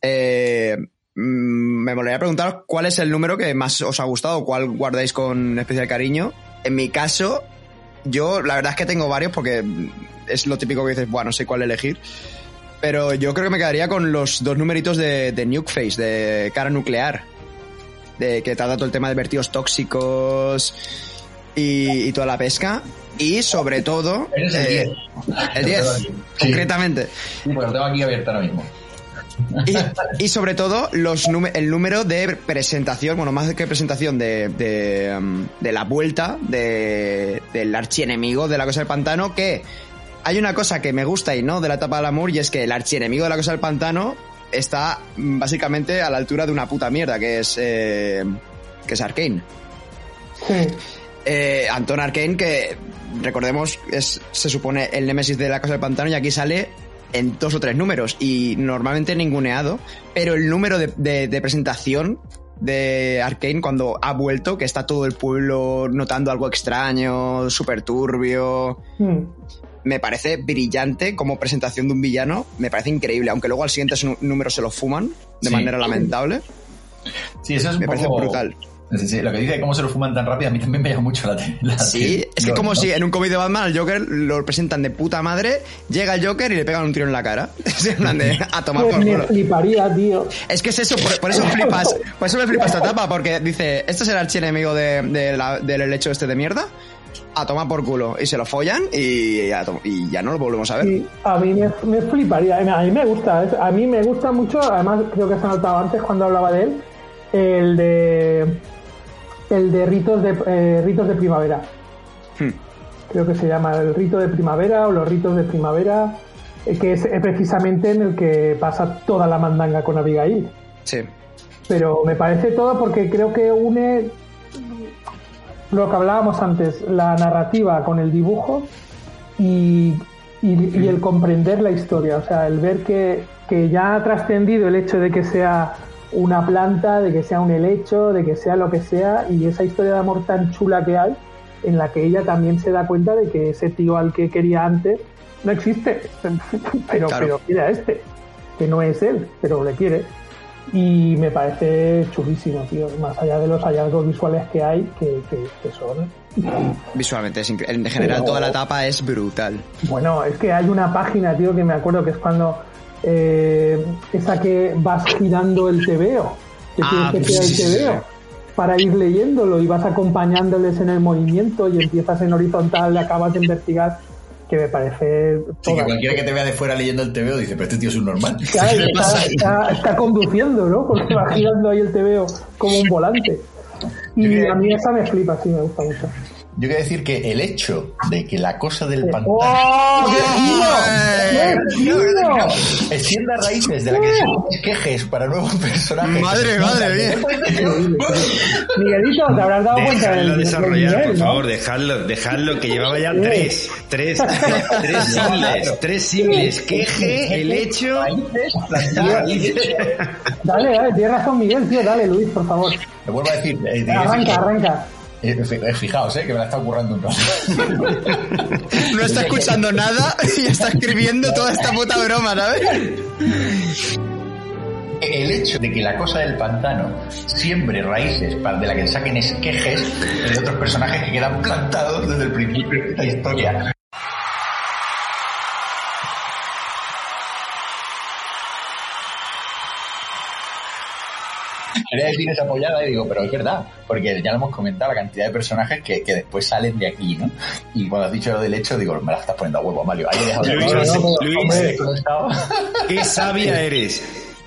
me molaría preguntaros cuál es el número que más os ha gustado, cuál guardáis con especial cariño. En mi caso, yo la verdad es que tengo varios porque es lo típico que dices, bueno, no sé cuál elegir. Pero yo creo que me quedaría con los 2 numeritos de Nuke Face, de Cara Nuclear. Que trata todo el tema de vertidos tóxicos y toda la pesca. Y sobre todo... Eres el 10. El 10, concretamente. Sí, porque lo tengo aquí abierto ahora mismo. Y sobre todo el número de presentación, bueno, más que presentación de la vuelta del archienemigo de la Cosa del Pantano, que hay una cosa que me gusta y no de la etapa del amor, y es que el archienemigo de la Cosa del Pantano está básicamente a la altura de una puta mierda, que es Arcane. Sí. Anton Arcane, que recordemos se supone el némesis de la Cosa del Pantano, y aquí sale en 2 o 3 números y normalmente ninguneado, pero el número de presentación de Arcane cuando ha vuelto, que está todo el pueblo notando algo extraño, súper turbio, me parece brillante como presentación de un villano, me parece increíble, aunque luego al siguiente número se lo fuman de manera lamentable. Sí, eso es me parece brutal. Sí, lo que dice de cómo se lo fuman tan rápido a mí también me llama mucho la atención. Sí, es que como si en un cómic de Batman al Joker lo presentan de puta madre, llega el Joker y le pegan un tiro en la cara. En plan de a tomar por culo. Me fliparía, tío. Es que es eso, por eso flipas, por eso me flipa esta etapa, porque dice, ¿este es el archienemigo del helecho este de mierda? A tomar por culo. Y se lo follan y ya no lo volvemos a ver. Sí, a mí me fliparía. A mí me gusta. A mí me gusta mucho, además creo que se ha notado antes cuando hablaba de él, el de ritos de primavera. Creo que se llama el rito de primavera o los ritos de primavera, que es precisamente en el que pasa toda la mandanga con Abigail. Sí. Pero me parece todo porque creo que une lo que hablábamos antes, la narrativa con el dibujo y el comprender la historia. O sea, el ver que ya ha trascendido el hecho de que sea una planta, de que sea un helecho, de que sea lo que sea, y esa historia de amor tan chula que hay, en la que ella también se da cuenta de que ese tío al que quería antes no existe, pero quiere a este, que no es él, pero le quiere. Y me parece chulísimo, tío, más allá de los hallazgos visuales que hay, que son... Visualmente es increíble. En general, pero toda la etapa es brutal. Bueno, es que hay una página, tío, que me acuerdo que es cuando... esa que vas girando el tebeo, que tienes que girar el tebeo para ir leyéndolo y vas acompañándoles en el movimiento y empiezas en horizontal y acabas en vertical, que me parece... Sí, que cualquiera que te vea de fuera leyendo el tebeo dice, pero este tío es un normal. Claro, está conduciendo, ¿no? Porque va girando ahí el tebeo como un volante. Y a mí esa me flipa, sí, me gusta mucho. Yo quiero decir que el hecho de que la Cosa del Pantano extienda raíces de la que se quejes para nuevos personajes. Madre mía. Miguelito, te habrás dado cuenta de Dejadlo desarrollar, por favor, dejadlo, que llevaba ya tres singles. Queje, el hecho. Dale, tienes razón, Miguel, tío, dale, Luis, por favor. Te vuelvo a decir. Arranca. Fijaos, que me la está ocurriendo un rato. No está escuchando nada y está escribiendo toda esta puta broma, ¿sabes? El hecho de que la Cosa del Pantano siembre raíces de la que saquen esquejes de otros personajes que quedan plantados desde el principio de esta historia. Quería decir esa apoyada y digo, pero es verdad, porque ya lo hemos comentado, la cantidad de personajes que después salen de aquí, ¿no? Y cuando has dicho lo del hecho, digo, me la estás poniendo a huevo, Amalio. Ahí he dejado Luis, qué sabia eres.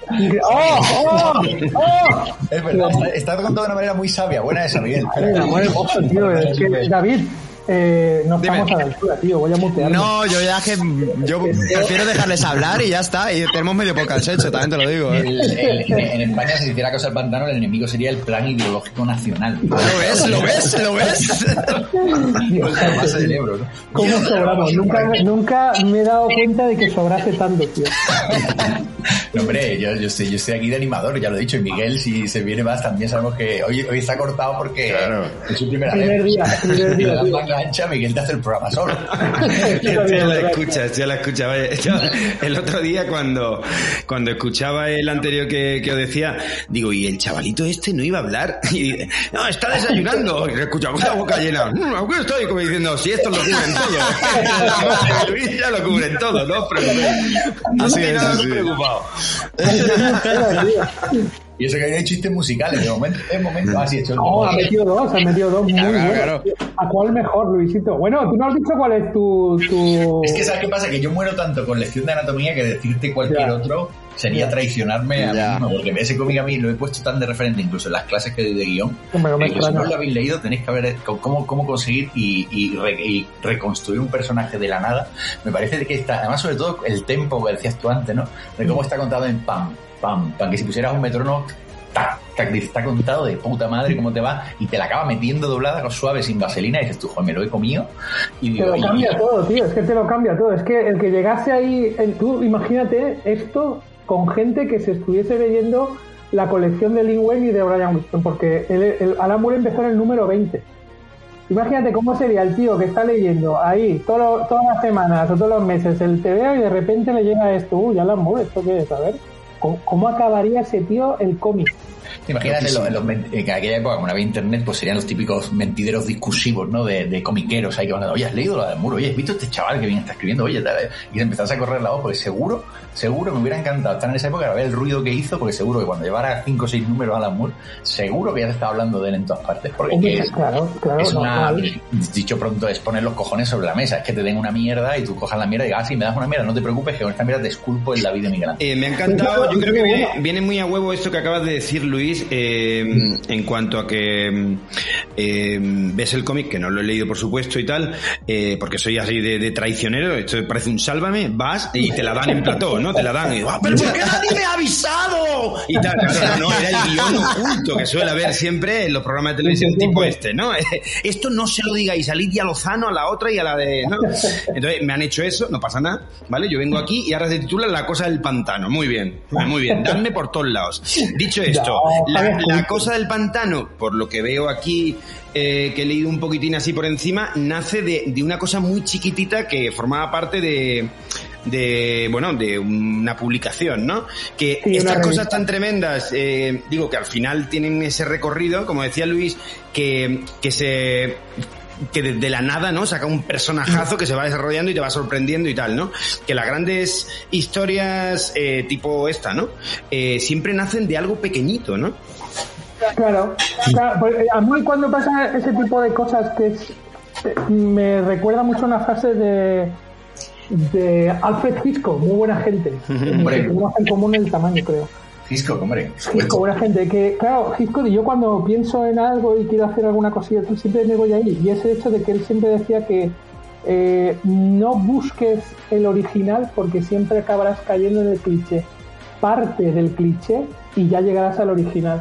Es verdad, estás contando de una manera muy sabia. Buena esa, Miguel. Tío, es que, David, no estamos a la altura, tío, voy a mutear. No, yo prefiero dejarles hablar y ya está, y tenemos medio podcast hecho, también te lo digo. En España, si hiciera Cosa del Pantano, el enemigo sería el Plan Ideológico Nacional. ¿Lo ves? La base del Ebro, ¿no? ¿Cómo sobramos? Nunca me he dado cuenta de que sobrase tanto, tío. No, hombre, yo estoy aquí de animador, ya lo he dicho, y Miguel, si se viene más, también sabemos que hoy está cortado porque es su primera vez. Primer día. La manga ancha, Miguel te hace el programa solo. Ya la escuchaba. El otro día cuando escuchaba el anterior que os decía, digo, ¿y el chavalito este no iba a hablar? Y dice, no, está desayunando. Y le escuchaba con la boca llena. ¿Qué estoy? Como diciendo, si esto lo cubren todo. Luis ya lo cubren todo, no os preocupéis. Así es, nada, así. preocupado. Y eso que hay chistes musicales, de momento. Así hecho. No, ha metido dos muy buenos. Claro. ¿A cuál mejor, Luisito? Bueno, tú no has dicho cuál es tu... Es que ¿sabes qué pasa? Que yo muero tanto con lección de anatomía que decirte cualquier otro sería traicionarme a mí mismo, porque ese cómic a mí lo he puesto tan de referente incluso en las clases que doy de guión, que si no lo habéis leído tenéis que ver cómo conseguir y reconstruir un personaje de la nada. Me parece que está, además sobre todo el tempo que decías tú antes, ¿no? De cómo está contado en pam, que si pusieras un metrónomo, está contado de puta madre cómo te va, y te la acaba metiendo doblada, suave, sin vaselina, y dices tú, joder, me lo he comido. Y digo, te lo cambia todo, tío, es que te lo cambia todo. Es que el que llegase ahí, tú imagínate esto con gente que se estuviese leyendo la colección de Lin Wayne y de Brian Wilson, porque el Alan Moore empezó en el número 20. Imagínate cómo sería el tío que está leyendo ahí todas las semanas o todos los meses el TVO y de repente le llega esto, Alan Moore, ¿esto qué es? A ver, ¿cómo acabaría ese tío el cómic? ¿Te imaginas en aquella época, como no había internet, pues serían los típicos mentideros discursivos, ¿no? De comiqueros ahí que van a decir, oye, ¿has leído la de Moore? Oye, ¿has visto este chaval que bien está escribiendo? Oye, tal, y empezás a correr la voz, porque seguro me hubiera encantado estar en esa época, a ver el ruido que hizo, porque seguro que cuando llevara 5 o 6 números a Alan Moore, seguro que ya se estaba hablando de él en todas partes, porque claro, es una, no, dicho pronto, es poner los cojones sobre la mesa, es que te den una mierda y tú cojas la mierda y digas, sí, me das una mierda, no te preocupes, que con esta mierda te esculpo en la vida de mi grande. Me ha encantado, yo creo que viene muy a huevo esto que acabas de decir, Luis, en cuanto a que ves el cómic, que no lo he leído por supuesto y tal, porque soy así de traicionero, esto parece un sálvame, vas y te la dan en plató, ¿no? Te la dan y digo, pero ¿por qué nadie me ha avisado? Y tal, claro, no, era el guión oculto que suele haber siempre en los programas de televisión tipo este, ¿no? Esto no se lo digáis a Lidia Lozano, a la otra y a la de, ¿no? Entonces me han hecho eso, no pasa nada, ¿vale? Yo vengo aquí y ahora se titula La cosa del pantano, muy bien, dadme por todos lados. Dicho esto, la cosa del pantano, por lo que veo aquí, que he leído un poquitín así por encima, nace de una cosa muy chiquitita que formaba parte de una publicación, ¿no? Que sí, estas cosas tan tremendas, digo que al final tienen ese recorrido, como decía Luis, que desde la nada, ¿no? Saca un personajazo que se va desarrollando y te va sorprendiendo y tal, ¿no? Que las grandes historias tipo esta, ¿no? Siempre nacen de algo pequeñito, ¿no? Claro. A mí cuando pasa ese tipo de cosas me recuerda mucho una frase de Alfred Hitchcock, muy buena gente. Tenemos en común el tamaño, creo. Hitchcock, hombre. Hitchcock, buena gente. Que, claro, Hitchcock, y yo cuando pienso en algo y quiero hacer alguna cosilla, siempre me voy ahí. Y ese hecho de que él siempre decía que no busques el original porque siempre acabarás cayendo en el cliché. Parte del cliché y ya llegarás al original.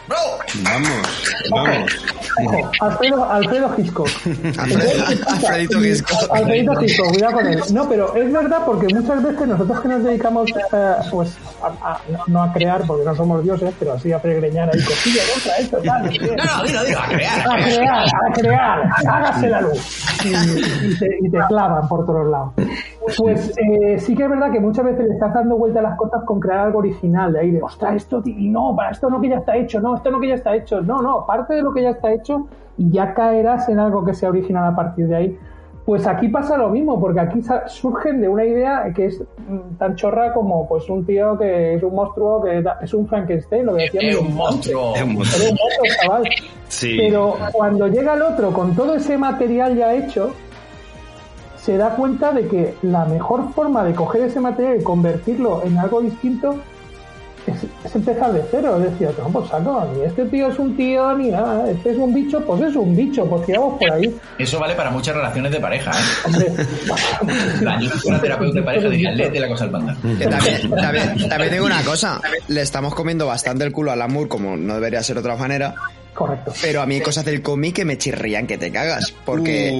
Vamos. Alfredo Hitchcock. Alfredito Hitchcock. Alfredito Hitchcock, cuidado con él. No, pero es verdad porque muchas veces nosotros que nos dedicamos no a crear, porque no somos dioses, pero así a pregreñar ahí cosillas, contra esto, tal. No, dilo, a crear, hágase la luz. Y te clavan por todos lados. Pues sí que es verdad que muchas veces le estás dando vuelta a las cosas con crear algo original, de ahí de, ostras, esto, no, para esto no que ya está hecho, no, esto no que ya está hecho, no, parte de lo que ya está hecho y ya caerás en algo que sea original a partir de ahí. Pues aquí pasa lo mismo, porque aquí surgen de una idea que es tan chorra como pues un tío que es un monstruo, que es un Frankenstein, lo que decíamos. Es un monstruo, chaval. Sí. Pero cuando llega el otro con todo ese material ya hecho, se da cuenta de que la mejor forma de coger ese material y convertirlo en algo distinto es empezar de cero. Es decir, no, pues saco, ni este tío es un tío ni nada, este es un bicho, pues es un bicho, pues tiramos por ahí. Eso vale para muchas relaciones de pareja, ¿eh? Hombre, yo soy una terapeuta de pareja, diría, léete la cosa del pantano. También digo una cosa, le estamos comiendo bastante el culo a Alan Moore, como no debería ser de otra manera, Correcto. Pero a mí hay cosas del cómic que me chirrían que te cagas. Porque...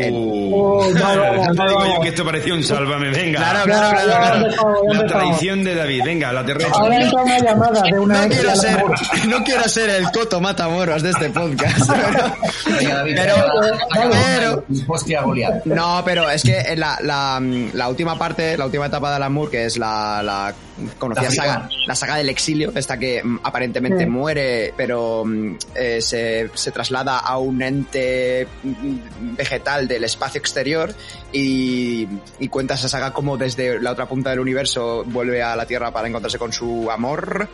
Ya digo yo que esto parecía un sálvame, venga. Claro. La traición de David, venga, la terreta. Ahora entra una llamada de una... No quiero ser el Coto Matamoros de este podcast. Venga, David, pero hostia, Goliat. no, pero es que en la última parte, la última etapa de Alan Moore, que es la conocida saga, la saga del exilio, esta que aparentemente muere, pero se traslada a un ente vegetal del espacio exterior y cuenta esa saga como desde la otra punta del universo vuelve a la Tierra para encontrarse con su amor.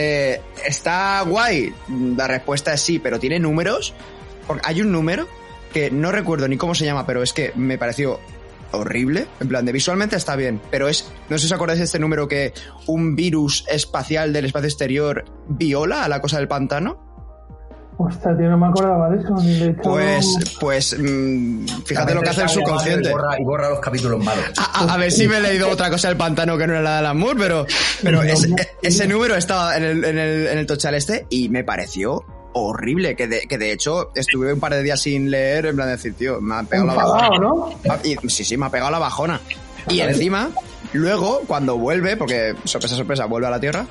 ¿Está guay? La respuesta es sí, pero ¿tiene números? Porque hay un número que no recuerdo ni cómo se llama, pero es que me pareció horrible, en plan de visualmente está bien, pero no sé si os acordáis de este número que un virus espacial del espacio exterior viola a la cosa del pantano. Hostia, tío, no me acordaba de eso. Ni de hecho... Pues fíjate lo que hace el subconsciente. Y borra los capítulos malos. A ver si me he leído otra cosa del pantano que no era la de Alan Moore, pero ese número estaba en el tochal este y me pareció horrible, que de hecho estuve un par de días sin leer, en plan de decir, tío, me ha pegado la bajona, ¿no? Sí, me ha pegado la bajona. Y encima, luego, cuando vuelve, porque sorpresa, vuelve a la Tierra,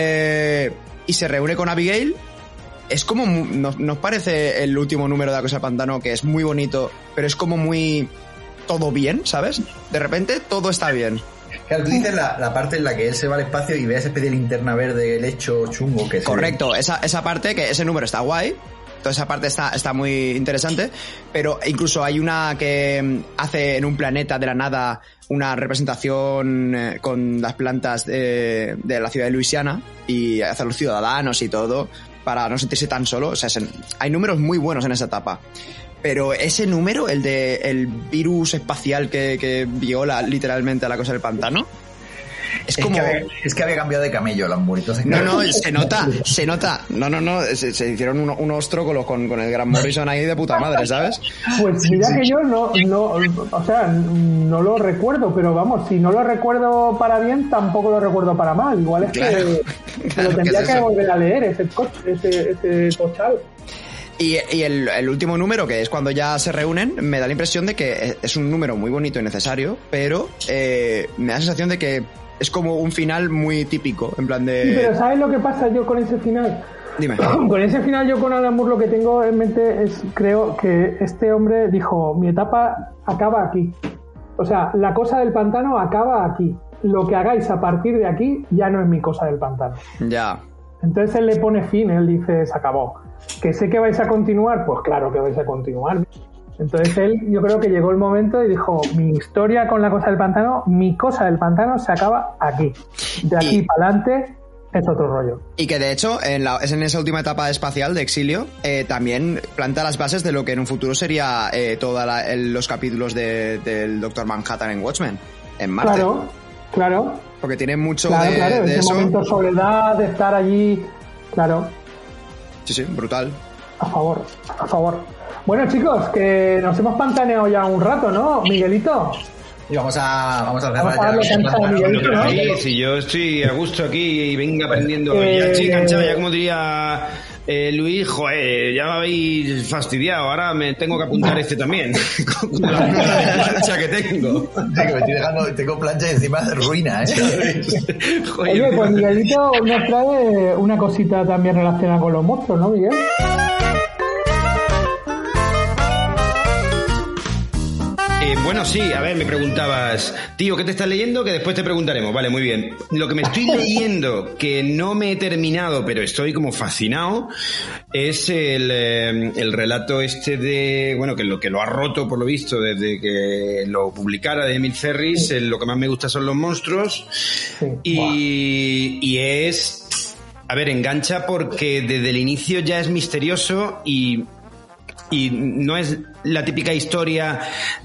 y se reúne con Abigail, es como, ¿nos parece el último número de La Cosa del Pantano, que es muy bonito, pero es como muy todo bien, ¿sabes? De repente todo está bien. Claro, tú dices la parte en la que él se va al espacio y ve esa especie de linterna verde, el hecho chungo que es. Correcto, esa parte, que ese número está guay, toda esa parte está muy interesante, pero incluso hay una que hace en un planeta de la nada una representación con las plantas de la ciudad de Luisiana y hace a los ciudadanos y todo para no sentirse tan solo. O sea, hay números muy buenos en esa etapa. Pero ese número, el de el virus espacial que viola literalmente a La Cosa del Pantano, es como... Es que había cambiado de camello Alan Moore. Entonces, no, se nota. No, se hicieron unos trócolos con el Grant Morrison ahí de puta madre, ¿sabes? Pues mira que yo no lo recuerdo, pero vamos, si no lo recuerdo para bien, tampoco lo recuerdo para mal. Igual es que lo tendría que volver a leer, ese tochal. Y el último número, que es cuando ya se reúnen, me da la impresión de que es un número muy bonito y necesario, pero me da la sensación de que es como un final muy típico, en plan de... Sí, pero ¿sabes lo que pasa yo con ese final? Dime. Con ese final yo con Alan Moore lo que tengo en mente es, creo que este hombre dijo, mi etapa acaba aquí. O sea, La Cosa del Pantano acaba aquí. Lo que hagáis a partir de aquí ya no es mi Cosa del Pantano. Ya. Entonces él le pone fin, él dice, se acabó. ¿Que sé que vais a continuar? Pues claro que vais a continuar. Entonces él, yo creo que llegó el momento y dijo, mi historia con La Cosa del Pantano, mi Cosa del Pantano se acaba aquí. De aquí para adelante es otro rollo. Y que de hecho, es en esa última etapa espacial de exilio, también planta las bases de lo que en un futuro sería todos los capítulos del Dr. Manhattan en Watchmen, en Marte. Claro. Porque tiene mucho de ese eso. Momento de soledad, de estar allí, claro. Sí, brutal. A favor. Bueno, chicos, que nos hemos pantaneado ya un rato, ¿no, Miguelito? Y vamos a cerrar ya. Si yo estoy a gusto aquí y venga aprendiendo. Ya estoy enganchado, ya como diría Luis, joder, ya me habéis fastidiado. Ahora me tengo que apuntar también. Con la plancha que tengo. Tengo plancha encima de ruina, Oye, pues Miguelito nos trae una cosita también relacionada con los monstruos, ¿no, Miguel? Bueno, sí, a ver, me preguntabas, tío, ¿qué te estás leyendo? Que después te preguntaremos. Vale, muy bien. Lo que me estoy leyendo, que no me he terminado, pero estoy como fascinado, es el relato de, bueno, que lo ha roto, por lo visto, desde que lo publicara de Emil Ferris. Lo que más me gusta son los monstruos. Sí. Y es... A ver, engancha porque desde el inicio ya es misterioso y y no es la típica historia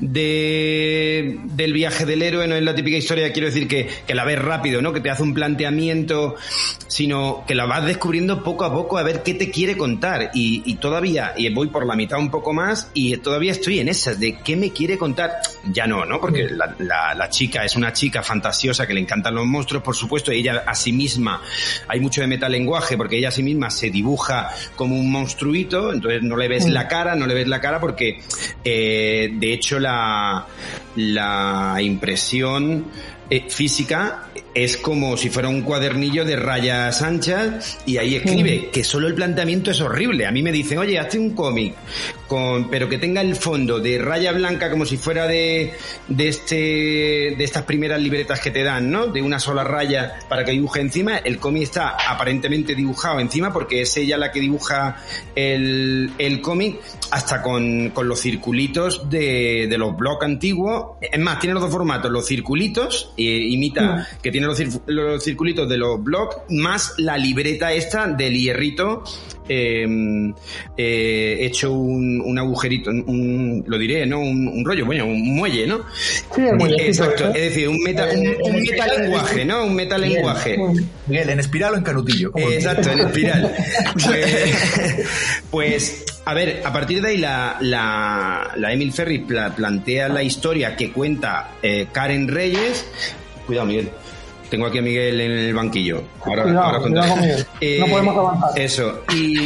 del viaje del héroe, no es la típica historia, quiero decir, que la ves rápido, ¿no? Que te hace un planteamiento, sino que la vas descubriendo poco a poco a ver qué te quiere contar. Y todavía, y voy por la mitad un poco más, y todavía estoy en esas de qué me quiere contar. Ya no, porque la chica es una chica fantasiosa que le encantan los monstruos, por supuesto, ella a sí misma, hay mucho de metalenguaje, porque ella a sí misma se dibuja como un monstruito, entonces no le ves la cara porque de hecho la impresión física es como si fuera un cuadernillo de rayas anchas y ahí escribe, que solo el planteamiento es horrible. A mí me dicen, oye, hazte un cómic pero que tenga el fondo de raya blanca como si fuera de estas primeras libretas que te dan, ¿no? De una sola raya para que dibuje encima. El cómic está aparentemente dibujado encima porque es ella la que dibuja el cómic, hasta con los circulitos de los blogs antiguos. Es más, tiene los dos formatos, los circulitos, imita que tiene los circulitos de los blogs, más la libreta esta del hierrito hecho un agujerito, lo diré, ¿no? Un rollo, bueno, un muelle, ¿no? Sí, exacto, es decir, un metalenguaje, ¿no? Un metalenguaje. Miguel, ¿en espiral o en canutillo? Exacto, en espiral. Pues, a ver, a partir de ahí la Emil Ferris plantea la historia que cuenta Karen Reyes. Cuidado, Miguel. Tengo aquí a Miguel en el banquillo. Ahora cuidado con Miguel. No podemos avanzar. Eso.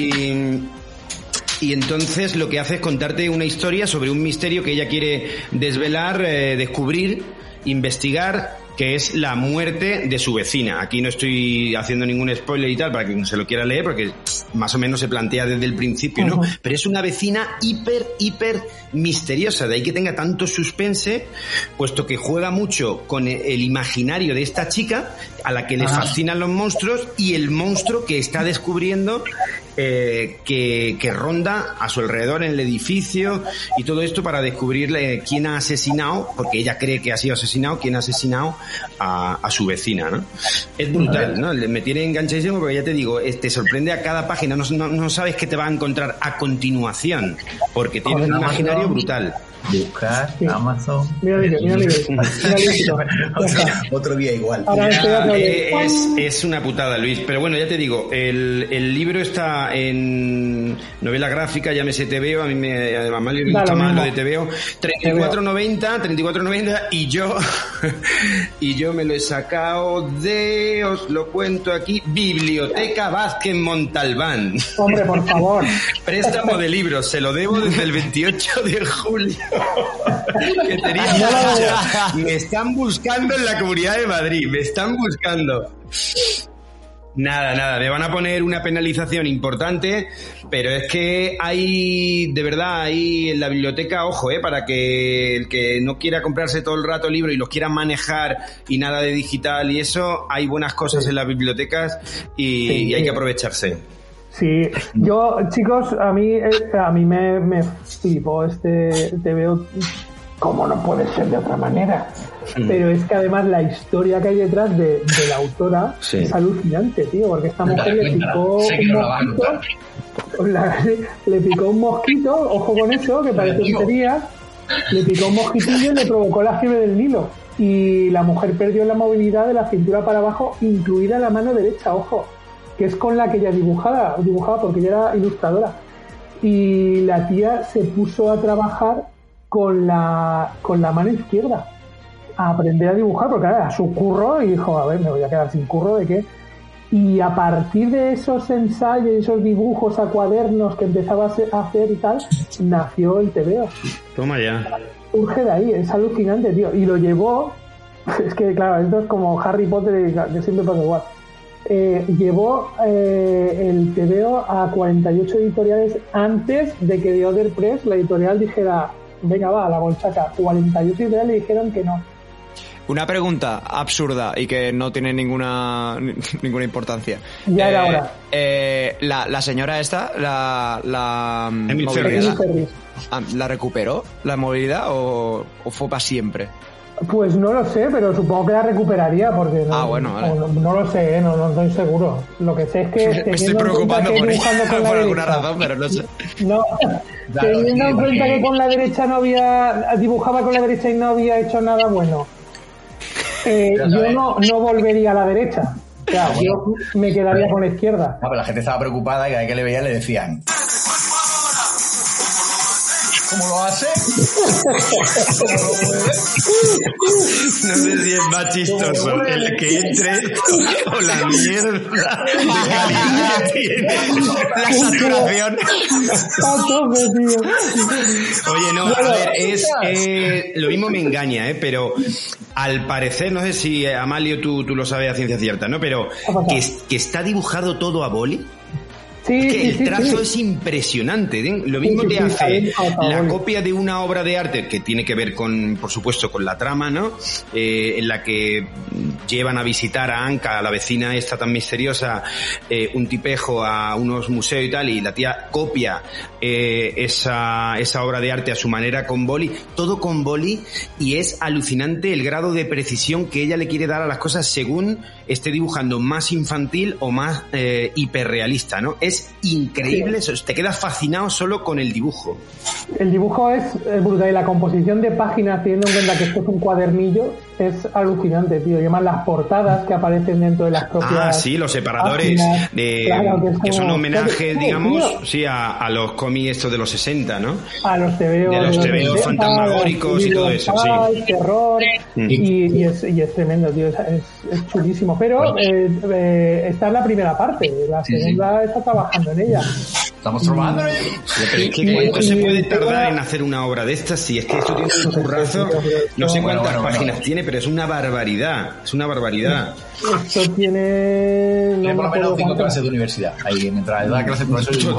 Y entonces lo que hace es contarte una historia sobre un misterio que ella quiere desvelar, descubrir, investigar, que es la muerte de su vecina. Aquí no estoy haciendo ningún spoiler y tal para que se lo quiera leer, porque más o menos se plantea desde el principio, ¿no? Pero es una vecina hiper misteriosa, de ahí que tenga tanto suspense, puesto que juega mucho con el imaginario de esta chica, a la que le fascinan los monstruos, y el monstruo que está descubriendo que ronda a su alrededor en el edificio, y todo esto para descubrirle quién ha asesinado, porque ella cree que ha sido asesinado, quién ha asesinado a su vecina, ¿no? Es brutal, ¿no? Me tiene enganchadísimo porque ya te digo, te sorprende a cada página, no sabes qué te va a encontrar a continuación, porque tiene un imaginario brutal. Buscar Amazon. Mira, otro día igual. Es una putada, Luis. Pero bueno, ya te digo, el libro está en novela gráfica, llámese TVO. A mí me gusta más lo de TVO. 34.90 y yo me lo he sacado de, os lo cuento aquí, Biblioteca Vázquez Montalbán. Hombre, por favor. Préstamo de libros, se lo debo desde el 28 de julio. Que tenía me están buscando en la Comunidad de Madrid, me están buscando. Nada, me van a poner una penalización importante, pero es que hay, de verdad, hay en la biblioteca, ojo, para que el que no quiera comprarse todo el rato libros y los quiera manejar y nada de digital y eso, hay buenas cosas en las bibliotecas y hay que aprovecharse. Sí, yo, chicos, a mí me flipó te veo como no puede ser de otra manera. Pero es que además la historia que hay detrás de la autora es alucinante, tío, porque esta mujer le picó un mosquito, ojo con eso, que parece tontería, le picó un mosquitillo y le provocó la fiebre del Nilo. Y la mujer perdió la movilidad de la cintura para abajo, incluida la mano derecha, ojo, que es con la que ella dibujaba porque ella era ilustradora, y la tía se puso a trabajar con la mano izquierda a aprender a dibujar, porque era su curro, y dijo, a ver, me voy a quedar sin curro, ¿de qué? Y a partir de esos ensayos y esos dibujos a cuadernos que empezaba a hacer y tal, nació el TVO. Toma ya. Surge de ahí, es alucinante, tío, y lo llevó, es que claro, esto es como Harry Potter, que siempre pasa igual. Llevó el TVO a 48 editoriales antes de que The Other Press, la editorial, dijera venga va, a la bolsaca. 48 editoriales le dijeron que no. Una pregunta absurda y que no tiene ninguna importancia. Ya era hora. La señora esta, la Emil Ferris. ¿La recuperó la movilidad o fue para siempre? Pues no lo sé, pero supongo que la recuperaría porque no, bueno, vale. no lo sé, no estoy seguro. Lo que sé es que me estoy preocupando por alguna razón, pero no sé. No, teniendo en cuenta que con la derecha dibujaba con la derecha y no había hecho nada bueno. Yo no volvería a la derecha. O sea, yo me quedaría con la izquierda. Pero la gente estaba preocupada y cada vez que le veían le decían: ¿cómo lo hace? No sé si es más chistoso el que entre o la mierda de calidad que tiene la saturación. Oye, no, a ver, lo mismo me engaña, pero al parecer, no sé si Amalio tú lo sabes a ciencia cierta, ¿no? Pero que está dibujado todo a boli. Sí, es que el trazo sí. es impresionante. Lo mismo te hace la copia de una obra de arte que tiene que ver con, por supuesto, con la trama, ¿no? En la que llevan a visitar a Anka, a la vecina esta tan misteriosa, un tipejo a unos museos y tal, y la tía copia esa obra de arte a su manera con boli, todo con boli, y es alucinante el grado de precisión que ella le quiere dar a las cosas según esté dibujando más infantil o más hiperrealista, ¿no? Es increíble, te quedas fascinado solo con el dibujo. El dibujo es brutal y la composición de páginas, teniendo en cuenta que esto es un cuadernillo, es alucinante, tío. Y además las portadas que aparecen dentro de las propias... sí, los separadores páginas, que son homenajes, digamos, sí, a los cómics estos de los 60, ¿no? A los tebeos. De los tebeos fantasmagóricos y todo eso, sí. Terror, y es tremendo, tío, es chulísimo. Pero está en la primera parte, la segunda está trabajando en ella. Estamos trabajando en ella. Pero es que ¿cuánto se puede tardar en hacer una obra de estas? Si es que esto tiene un currazo, no sé cuántas páginas tiene, pero es una barbaridad. Es una barbaridad. Esto tiene... Tiene por lo menos 5 clases de universidad. Ahí, mientras da clases de profesor.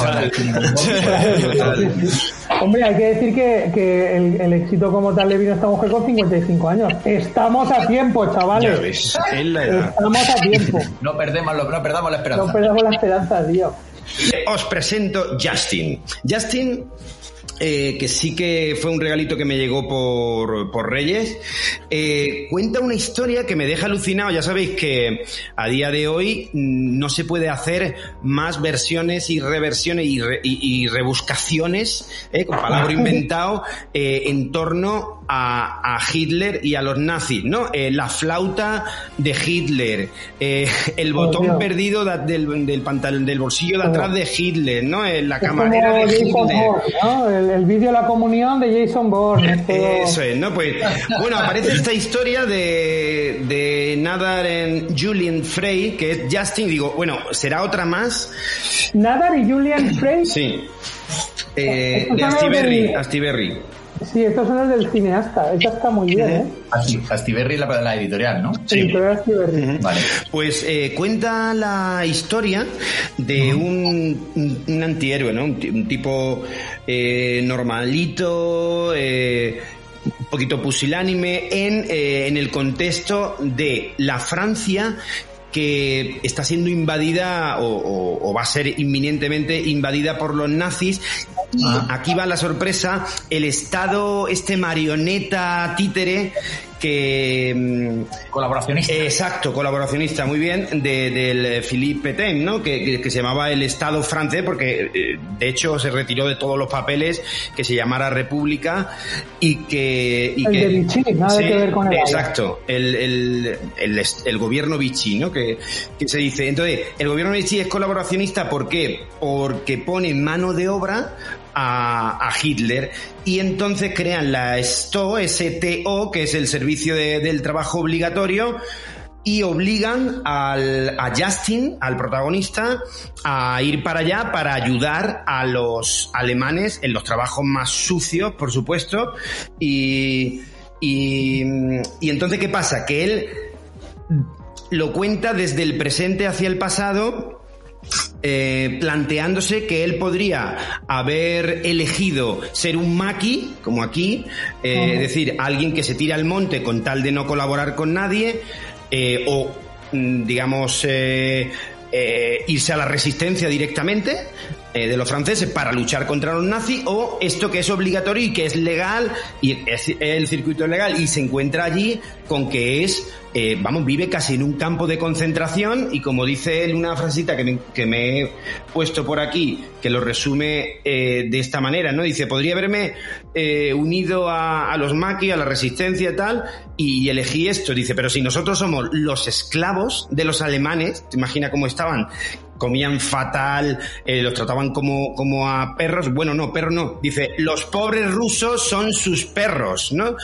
Total. Hombre, hay que decir que el éxito como tal le vino a esta mujer con 55 años. Estamos a tiempo, chavales. Ya ves, es la edad. Estamos a tiempo. No perdamos la esperanza. No perdamos la esperanza, tío. Os presento Justin. Justin, que sí que fue un regalito que me llegó por Reyes, cuenta una historia que me deja alucinado. Ya sabéis que a día de hoy no se puede hacer más versiones y reversiones y rebuscaciones, con palabra inventado, en torno a Hitler y a los nazis, ¿no? La flauta de Hitler, el botón perdido del pantalón, del bolsillo de atrás de Hitler, ¿no? La camarera de Hitler. ¿No? El vídeo de la comunión de Jason Bourne. Eso es, ¿no? Pues, bueno, aparece esta historia de Nadar en Julian Frey, que es Justin, digo, bueno, ¿será otra más? ¿Nadar y Julian Frey? Sí. De Astiberri. Sí, estos son los del cineasta. Esta está muy bien, ¿eh? Astiberri la editorial, ¿no? Sí, editorial Astiberri. Vale. Pues cuenta la historia de un antihéroe, ¿no? Un tipo normalito, un poquito pusilánime en el contexto de la Francia que está siendo invadida o va a ser inminentemente invadida por los nazis. Y aquí va la sorpresa, el Estado, marioneta títere que... Colaboracionista. Exacto, colaboracionista, muy bien, del Philippe Pétain, ¿no? Que se llamaba el Estado francés, porque de hecho se retiró de todos los papeles, que se llamara República, y que... de Vichy, nada que ver con el... Exacto, el gobierno Vichy, ¿no? Que se dice. Entonces, el gobierno Vichy es colaboracionista, ¿por qué? Porque pone mano de obra a Hitler, y entonces crean la STO, que es el servicio del trabajo obligatorio, y obligan a Justin, al protagonista, a ir para allá para ayudar a los alemanes en los trabajos más sucios, por supuesto, y entonces ¿qué pasa? Que él lo cuenta desde el presente hacia el pasado, planteándose que él podría haber elegido ser un maqui, como aquí, es decir, alguien que se tira al monte con tal de no colaborar con nadie, o digamos irse a la resistencia directamente, de los franceses para luchar contra los nazis, o esto que es obligatorio y que es legal, y es el circuito legal, y se encuentra allí con que es, vive casi en un campo de concentración, y como dice él, una frasita que me he puesto por aquí, que lo resume de esta manera, ¿no? Dice, podría haberme unido a los maquis, a la resistencia y tal, y elegí esto. Dice, pero si nosotros somos los esclavos de los alemanes, ¿te imaginas cómo estaban? Comían fatal, los trataban como a perros. Bueno, no, perros no. Dice, los pobres rusos son sus perros, ¿no?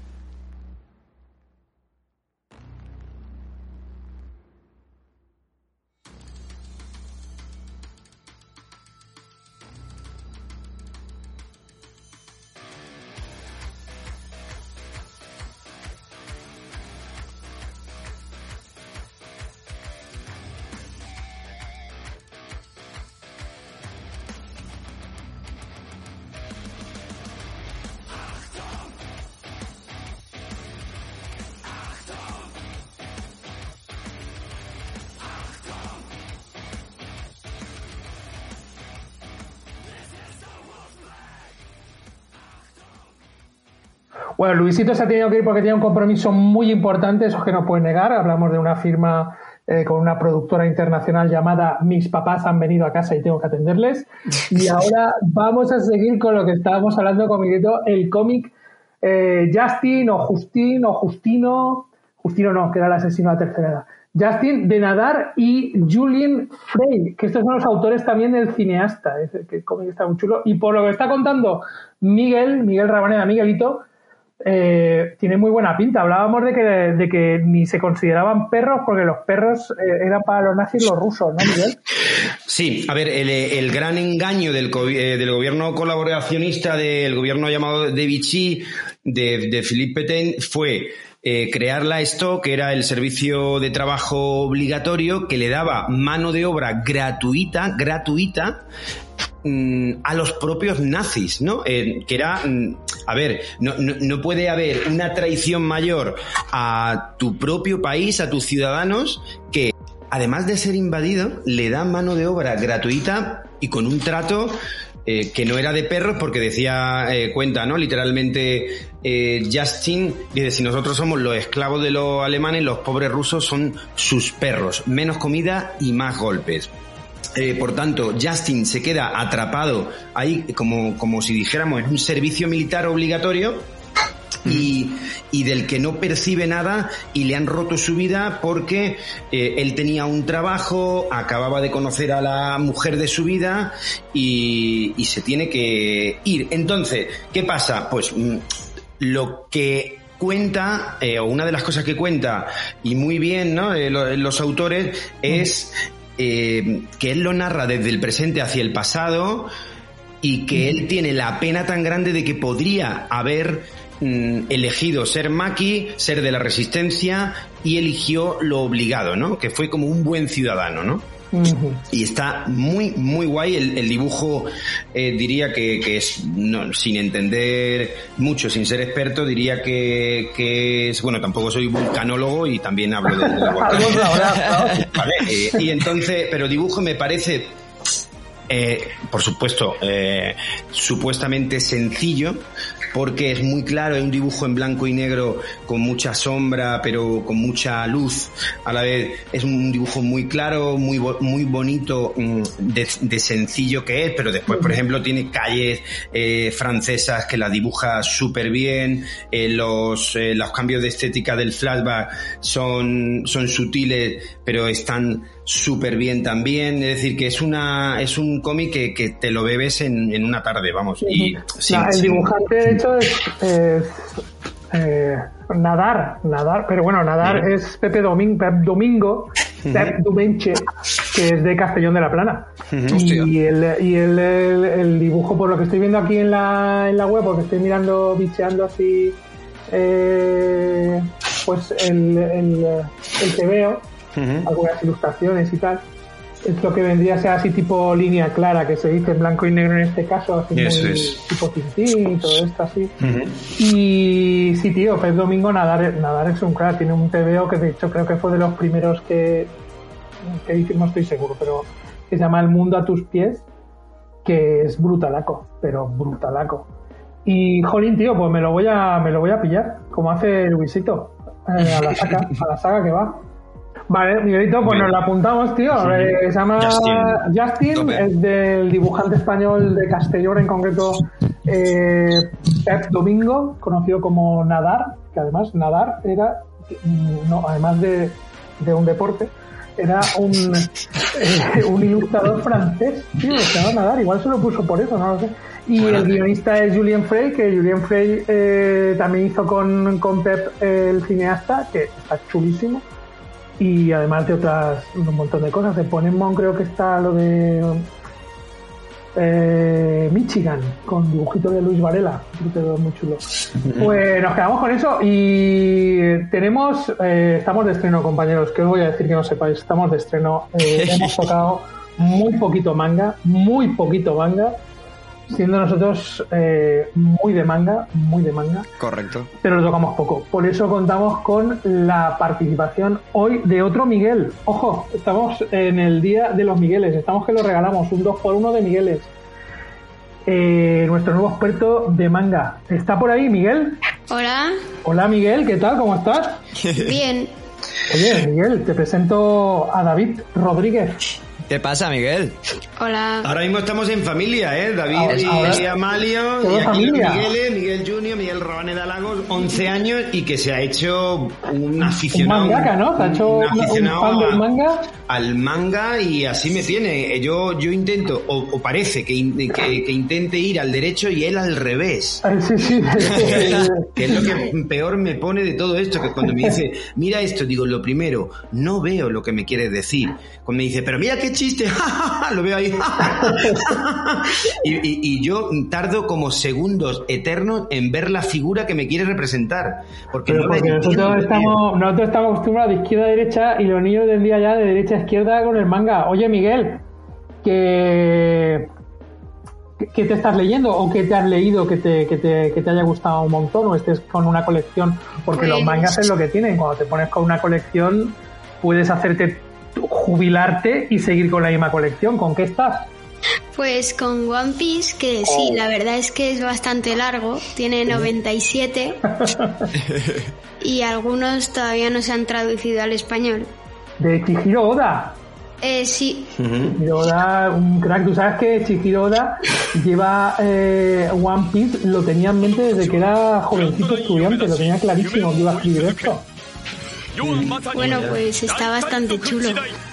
Bueno, Luisito se ha tenido que ir porque tiene un compromiso muy importante, eso es que no puede negar. Hablamos de una firma con una productora internacional llamada Mis papás han venido a casa y tengo que atenderles. Y ahora vamos a seguir con lo que estábamos hablando con Miguelito, el cómic Justin o Justin o Justino no, que era el asesino a la tercera edad. Justin de Nadar y Julien Frey, que estos son los autores también del cineasta, que el cómic está muy chulo. Y por lo que está contando Miguel Rabaneda, Miguelito, tiene muy buena pinta. Hablábamos de que ni se consideraban perros porque los perros eran para los nazis los rusos, ¿no, Miguel? Sí, a ver, el gran engaño del gobierno colaboracionista, del gobierno llamado de Vichy, de Philippe Pétain, fue crear la ESTO, que era el servicio de trabajo obligatorio que le daba mano de obra gratuita a los propios nazis, ¿no? Que era, a ver, no puede haber una traición mayor a tu propio país, a tus ciudadanos, que además de ser invadido, le dan mano de obra gratuita y con un trato que no era de perros, porque decía, cuenta, ¿no? Literalmente, Justin dice, si nosotros somos los esclavos de los alemanes, los pobres rusos son sus perros, menos comida y más golpes. Por tanto, Justin se queda atrapado ahí como si dijéramos en un servicio militar obligatorio y del que no percibe nada, y le han roto su vida porque él tenía un trabajo, acababa de conocer a la mujer de su vida y se tiene que ir. Entonces, ¿qué pasa? Pues lo que cuenta, o una de las cosas que cuenta, y muy bien, ¿no? Los autores, es que él lo narra desde el presente hacia el pasado, y que él tiene la pena tan grande de que podría haber elegido ser maqui, ser de la resistencia, y eligió lo obligado, ¿no? Que fue como un buen ciudadano, ¿no? Uh-huh. Y está muy, muy guay. El dibujo, diría que es, no, sin entender mucho, sin ser experto, diría que es, bueno, tampoco soy vulcanólogo y también hablo de la volcán. Vale, y entonces, pero dibujo me parece, por supuesto, supuestamente sencillo, porque es muy claro, es un dibujo en blanco y negro con mucha sombra, pero con mucha luz a la vez. Es un dibujo muy claro, muy bonito, de sencillo que es, pero después, por ejemplo, tiene calles francesas que las dibuja súper bien. Los cambios de estética del flashback son sutiles, pero están súper bien también. Es decir, que es un cómic que te lo bebes en una tarde, vamos. Y el dibujante, de hecho, es Nadar, pero bueno, Nadar es Pep Domingo, Pep Dumenche, que es de Castellón de la Plana. Y el dibujo, por lo que estoy viendo aquí en la web, porque estoy mirando, bicheando así, pues el TVO, algunas ilustraciones y tal, es lo que vendría a ser así tipo línea clara, que se dice en blanco y negro en este caso, así muy tipo Tintín y todo esto así. Y sí, tío, Pep Domingo Nadar es un crack, tiene un TVO que de hecho creo que fue de los primeros que hice, no estoy seguro, pero que se llama El mundo a tus pies, que es brutalaco, pero brutalaco. Y jolín, tío, pues me lo voy a pillar, como hace Luisito, a la saga que va. Vale, Miguelito, pues nos la apuntamos, tío. Se llama Justin, es del dibujante español de Castellón, en concreto Pep Domingo, conocido como Nadar, que además Nadar era, no, además de un deporte, era un ilustrador francés, tío, se llama Nadar, igual se lo puso por eso, no lo sé. Y bueno, el guionista es Julien Frey, que Julien Frey también hizo con Pep, el cineasta, que está chulísimo. Y además de un montón de cosas. En Ponemon creo que está lo de Michigan, con dibujitos de Luis Varela, muy chulo. Pues nos quedamos con eso y estamos de estreno, compañeros, que os voy a decir que no sepáis, estamos de estreno. Hemos tocado muy poquito manga, siendo nosotros muy de manga. Correcto. Pero lo tocamos poco. Por eso contamos con la participación hoy de otro Miguel. Ojo, estamos en el día de los Migueles. Estamos que lo regalamos, un 2x1 de Migueles. Nuestro nuevo experto de manga. ¿Está por ahí, Miguel? Hola. Hola, Miguel, ¿qué tal? ¿Cómo estás? Bien. Oye, Miguel, te presento a David Rodríguez. ¿Qué pasa, Miguel? Hola. Ahora mismo estamos en familia, David y Amalio, y aquí Miguel Junior, Miguel Rabaneda Lagos, 11 años, y que se ha hecho un aficionado. Un mangaka, ¿no? Se ha hecho un fan del manga. Al manga, y así me tiene. Yo intento, o parece que intente ir al derecho y él al revés. Sí. Que es lo que peor me pone de todo esto, que cuando me dice, mira esto, digo, lo primero, no veo lo que me quieres decir. Cuando me dice, pero mira qué chiste, lo veo ahí. y yo tardo como segundos eternos en ver la figura que me quiere representar. Porque nosotros estamos acostumbrados de izquierda a derecha, y los niños del día ya de derecha a izquierda con el manga. Oye, Miguel, ¿qué te estás leyendo o qué te has leído que te haya gustado un montón, o estés con una colección? Porque los mangas es lo que tienen. Cuando te pones con una colección puedes hacerte jubilarte y seguir con la misma colección. ¿Con qué estás? Pues con One Piece, que sí, la verdad es que es bastante largo, tiene 97 y algunos todavía no se han traducido al español. ¿De Chihiro Oda? Sí. Chihiro Oda, un crack. Tú sabes que Chihiro Oda lleva One Piece, lo tenía en mente desde que era jovencito estudiante, lo tenía clarísimo que iba a escribir esto. Bueno, pues está bastante chulo.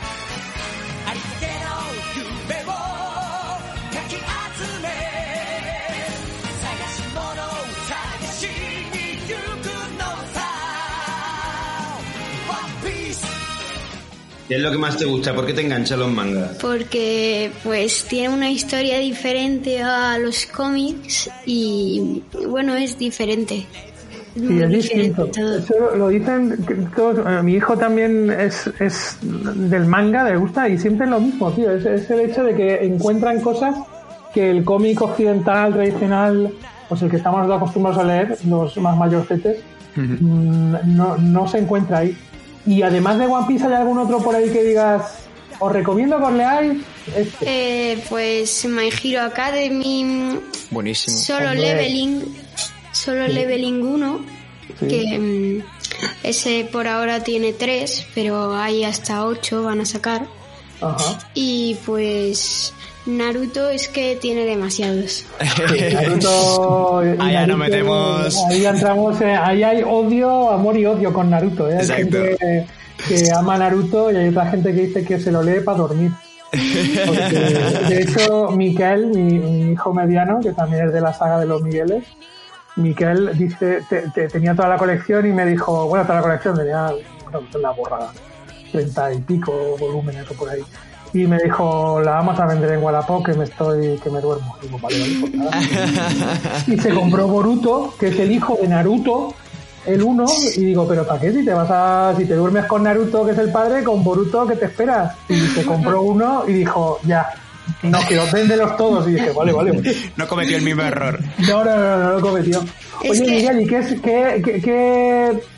¿Qué es lo que más te gusta? ¿Por qué te enganchan los mangas? Porque pues tiene una historia diferente a los cómics y bueno, es diferente. Sí, es distinto. Eso lo dicen todos. Mi hijo también es del manga, le gusta, y siempre es lo mismo, tío. Es el hecho de que encuentran cosas que el cómic occidental tradicional, pues el que estamos acostumbrados a leer, los más mayorcetes, no se encuentra ahí. Y además de One Piece, ¿hay algún otro por ahí que digas, os recomiendo que os leáis? Pues My Hero Academy. Buenísimo. Solo Leveling 1, sí. Que ese por ahora tiene 3, pero hay hasta 8 van a sacar. Ajá. Y pues Naruto es que tiene demasiados. Naruto, ahí ya nos metemos. Ahí entramos, ahí hay odio, amor y odio con Naruto. Hay gente que ama Naruto y hay otra gente que dice que se lo lee para dormir. Porque, de hecho, Miquel, mi hijo mediano, que también es de la saga de los Migueles, Miquel dice, tenía toda la colección y me dijo, bueno, toda la colección tenía una borrada, 30 y pico volúmenes o por ahí. Y me dijo, la vamos a vender en Wallapop, que me duermo. Y digo, vale, pues nada. Y se compró Boruto, que es el hijo de Naruto, el 1, y digo, pero ¿para qué? Si te duermes con Naruto, que es el padre, con Boruto, ¿qué te esperas? Y se compró uno y dijo, ya, no, que véndelos todos. Y dije, vale. No cometió el mismo error. No lo cometió. Oye, Miguel, ¿y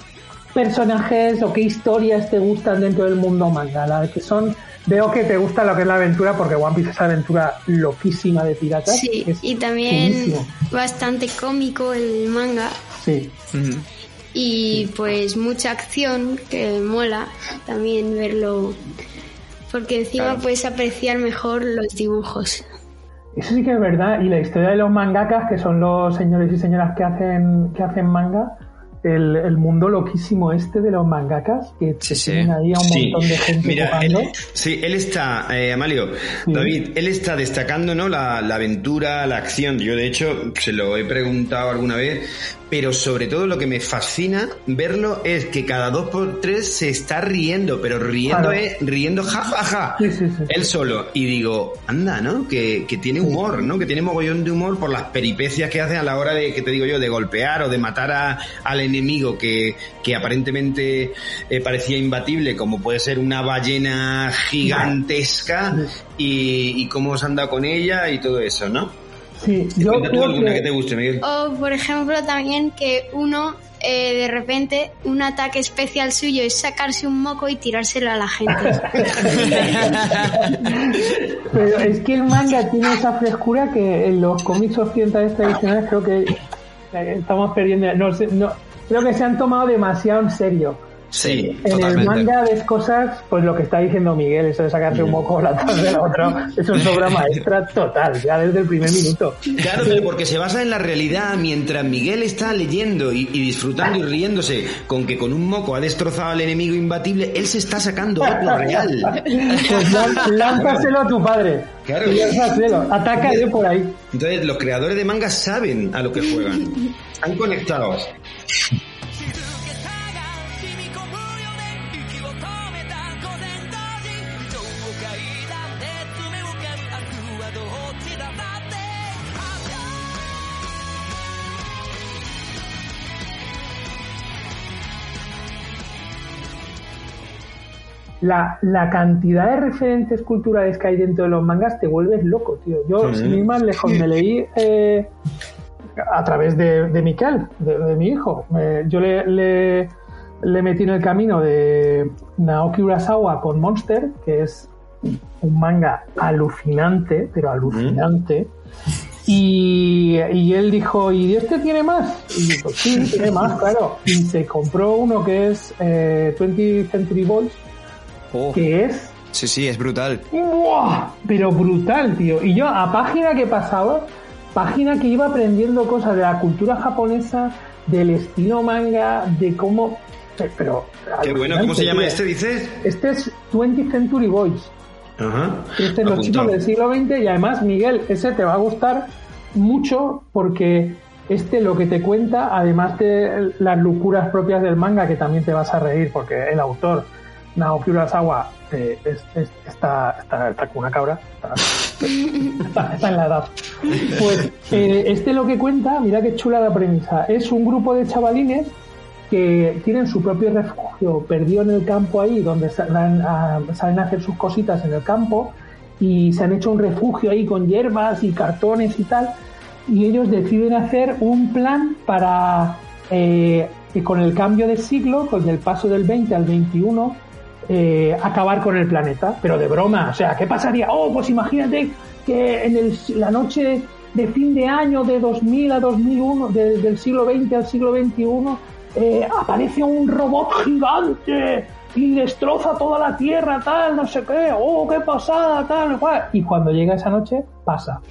personajes o qué historias te gustan dentro del mundo manga? La que son... Veo que te gusta lo que es la aventura, porque One Piece es una aventura loquísima de piratas. Sí, y también buenísimo. Bastante cómico el manga. Sí. Y pues mucha acción, que mola también verlo, porque encima puedes apreciar mejor los dibujos. Eso sí que es verdad. Y la historia de los mangakas, que son los señores y señoras que hacen manga, el mundo loquísimo de los mangakas, que tienen ahí a un montón de gente. Mira, él está, Amalio, David, él está destacando, ¿no?, la aventura, la acción. Yo, de hecho, se lo he preguntado alguna vez, pero sobre todo lo que me fascina verlo es que cada 2x3 se está riendo, pero riendo jajaja, él solo. Y digo, anda, ¿no?, que tiene humor, ¿no?, que tiene mogollón de humor por las peripecias que hace a la hora de, que te digo yo, de golpear o de matar al enemigo que aparentemente parecía imbatible, como puede ser una ballena gigantesca, y cómo se anda con ella y todo eso, ¿no? Sí, yo creo alguna que te guste, Miguel. O, por ejemplo, también que uno, de repente, un ataque especial suyo es sacarse un moco y tirárselo a la gente. Pero es que el manga tiene esa frescura que en los cómics occidentales tradicionales creo que estamos perdiendo. Creo que se han tomado demasiado en serio. Sí, en totalmente. El manga ves cosas, pues lo que está diciendo Miguel, eso de sacarse un moco atrás del otro, eso es obra maestra total, ya desde el primer minuto. Claro, pero porque se basa en la realidad, mientras Miguel está leyendo y disfrutando y riéndose con que con un moco ha destrozado al enemigo imbatible, él se está sacando otro real. Pues lánzaselo a tu padre. Claro. Atácale por ahí. Entonces, los creadores de manga saben a lo que juegan. Están conectados. La cantidad de referentes culturales que hay dentro de los mangas te vuelves loco, tío. Yo, sin ir más lejos, me leí a través de Miquel, de mi hijo. Yo le metí en el camino de Naoki Urasawa con Monster, que es un manga alucinante, pero alucinante. Y él dijo, ¿y este tiene más? Y dijo, sí, tiene más, claro. Y se compró uno que es 20th Century Boys, que es... Sí, es brutal. ¡Buah! Pero brutal, tío. Y yo, a página que pasaba, página que iba aprendiendo cosas de la cultura japonesa, del estilo manga, de cómo... Pero... Qué bueno, ¿cómo se llama este, dices? Este es 20th Century Boys. Ajá. Este es los chicos del siglo XX, y además, Miguel, ese te va a gustar mucho porque lo que te cuenta, además de las locuras propias del manga, que también te vas a reír porque el autor Naoki Urasawa está con una cabra, está en la edad. Pues lo que cuenta, mira qué chula la premisa, es un grupo de chavalines que tienen su propio refugio perdido en el campo, ahí donde salen a hacer sus cositas en el campo, y se han hecho un refugio ahí con hierbas y cartones y tal, y ellos deciden hacer un plan para con el cambio de siglo, con el paso del 20 al 21, acabar con el planeta, pero de broma. O sea, ¿qué pasaría? Pues imagínate que en la noche de fin de año de 2000 a 2001, del siglo XX al siglo XXI, aparece un robot gigante y destroza toda la Tierra, tal, no sé qué, qué pasada, tal, cual. Y cuando llega esa noche, pasa.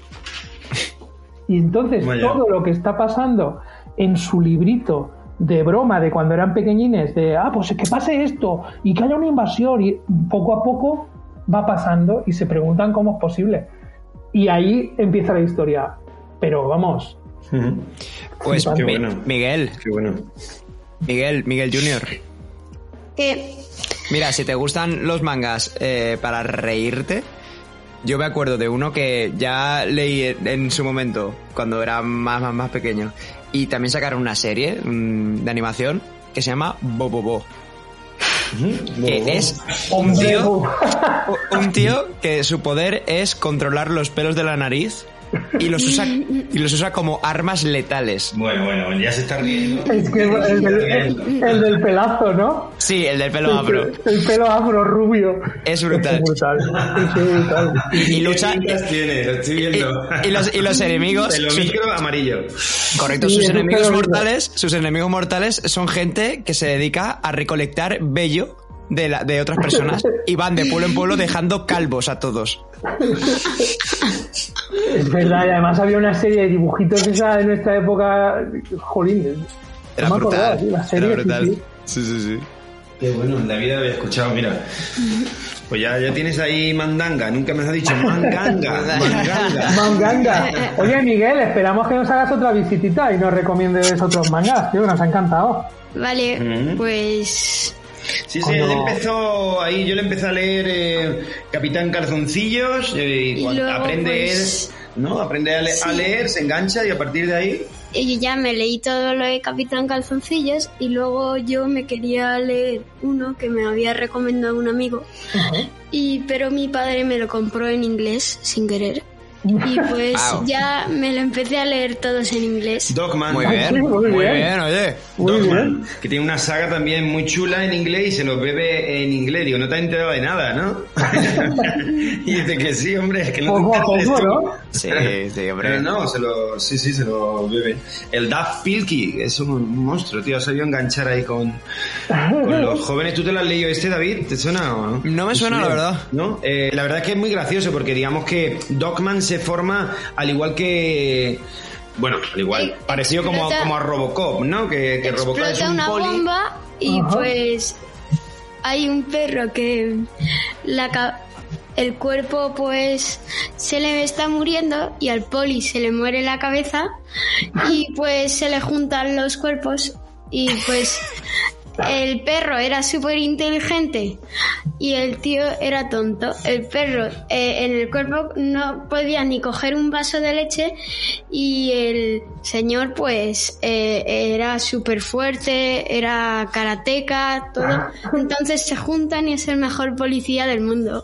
Y entonces todo lo que está pasando en su librito de broma de cuando eran pequeñines, de pues que pase esto y que haya una invasión, y poco a poco va pasando y se preguntan cómo es posible, y ahí empieza la historia. Pero vamos, pues qué bueno. Miguel, qué bueno. Miguel Junior, ¿qué? Mira, si te gustan los mangas para reírte, yo me acuerdo de uno que ya leí en su momento cuando era más pequeño, y también sacaron una serie de animación que se llama Bobobo, que es un tío que su poder es controlar los pelos de la nariz y los usa como armas letales. Bueno, ya se está riendo. Es que el del pelazo, ¿no? Sí, el del pelo afro. El pelo afro rubio. Es brutal. Es brutal. Y lucha... Tiene, lo estoy viendo. Y los enemigos... Pelo micro amarillo. Correcto, sus enemigos mortales son gente que se dedica a recolectar vello de otras personas y van de pueblo en pueblo dejando calvos a todos. Es verdad, y además había una serie de dibujitos esa de nuestra época, jolín, era no me brutal, acordaba, sí, la serie, era brutal. Sí. Qué bueno, en la vida había escuchado, mira. Pues ya tienes ahí mandanga, nunca me has dicho manganga. Oye, Miguel, esperamos que nos hagas otra visitita y nos recomiendes otros mangas, tío, nos ha encantado. Vale, pues... Sí, él empezó ahí, yo le empecé a leer Capitán Calzoncillos y cuando luego, aprende pues, él, ¿no? Aprende a leer, se engancha y a partir de ahí... Y ya me leí todo lo de Capitán Calzoncillos y luego yo me quería leer uno que me había recomendado un amigo, pero mi padre me lo compró en inglés sin querer. Y pues ya me lo empecé a leer todos en inglés. Dogman. Muy bien, oye. Dogman, que tiene una saga también muy chula en inglés y se los bebe en inglés. Digo, no te has enterado de nada, ¿no? Y dice que sí, hombre, es que no poco te a poco, ¿no? Sí, hombre. Pero no, se lo bebe. El Daft Pilkey es un monstruo, tío. Ha sabido enganchar ahí con los jóvenes. ¿Tú te lo has leído David? ¿Te suena o no? No me suena, la verdad. ¿No? La verdad es que es muy gracioso porque digamos que Dogman se forma al igual que... Bueno, al igual, parecido como a Robocop, ¿no? Que Robocop es un una poli... bomba y pues hay un perro que el cuerpo pues se le está muriendo y al poli se le muere la cabeza y pues se le juntan los cuerpos y pues el perro era súper inteligente y el tío era tonto. El perro en el cuerpo no podía ni coger un vaso de leche y el señor pues era súper fuerte, era karateca, todo. Entonces se juntan y es el mejor policía del mundo.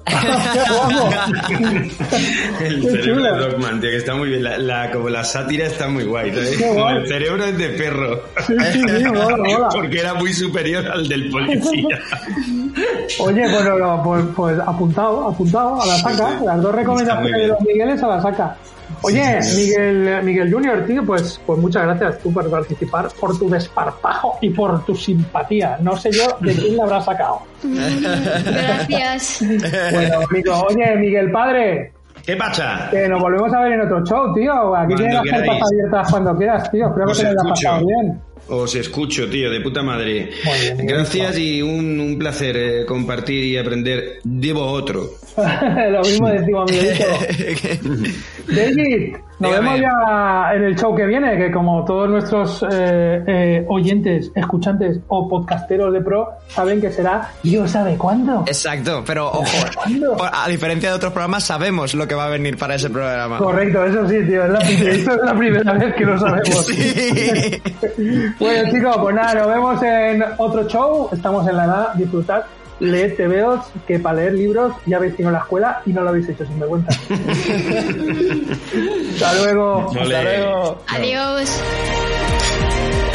El cerebro de Dogman, tío, que está muy bien. Como la sátira está muy guay, ¿sabes? Como el cerebro es de perro. Mola. Porque era muy superior al del policía. Oye, bueno, pues apuntado a la saca. Las dos recomendaciones de los Migueles a la saca. Oye, Miguel Junior, tío, pues muchas gracias tú por participar, por tu desparpajo y por tu simpatía. No sé yo de quién la habrá sacado. Gracias. Bueno, amigo, oye, Miguel Padre. ¿Qué pasa? Que nos volvemos a ver en otro show, tío. Aquí tienes las puertas abiertas cuando quieras, tío. Espero que te haya pasado bien. Os escucho, tío, de puta madre. Bien, gracias y un placer compartir y aprender de vosotros. Lo mismo decimos, amiguito. David, nos vemos ya en el show que viene, que como todos nuestros oyentes, escuchantes o podcasteros de pro saben que será Dios sabe cuándo. Exacto, pero ojo, a diferencia de otros programas sabemos lo que va a venir para ese programa. Correcto, eso sí, tío, esto es la primera vez que lo sabemos. Sí. Bueno, chicos, pues nada, nos vemos en otro show. Estamos en la nada, disfrutad, leed TVOs, que para leer libros ya habéis ido a la escuela y no lo habéis hecho sin vergüenza. Hasta luego. Vale. Hasta luego. Adiós.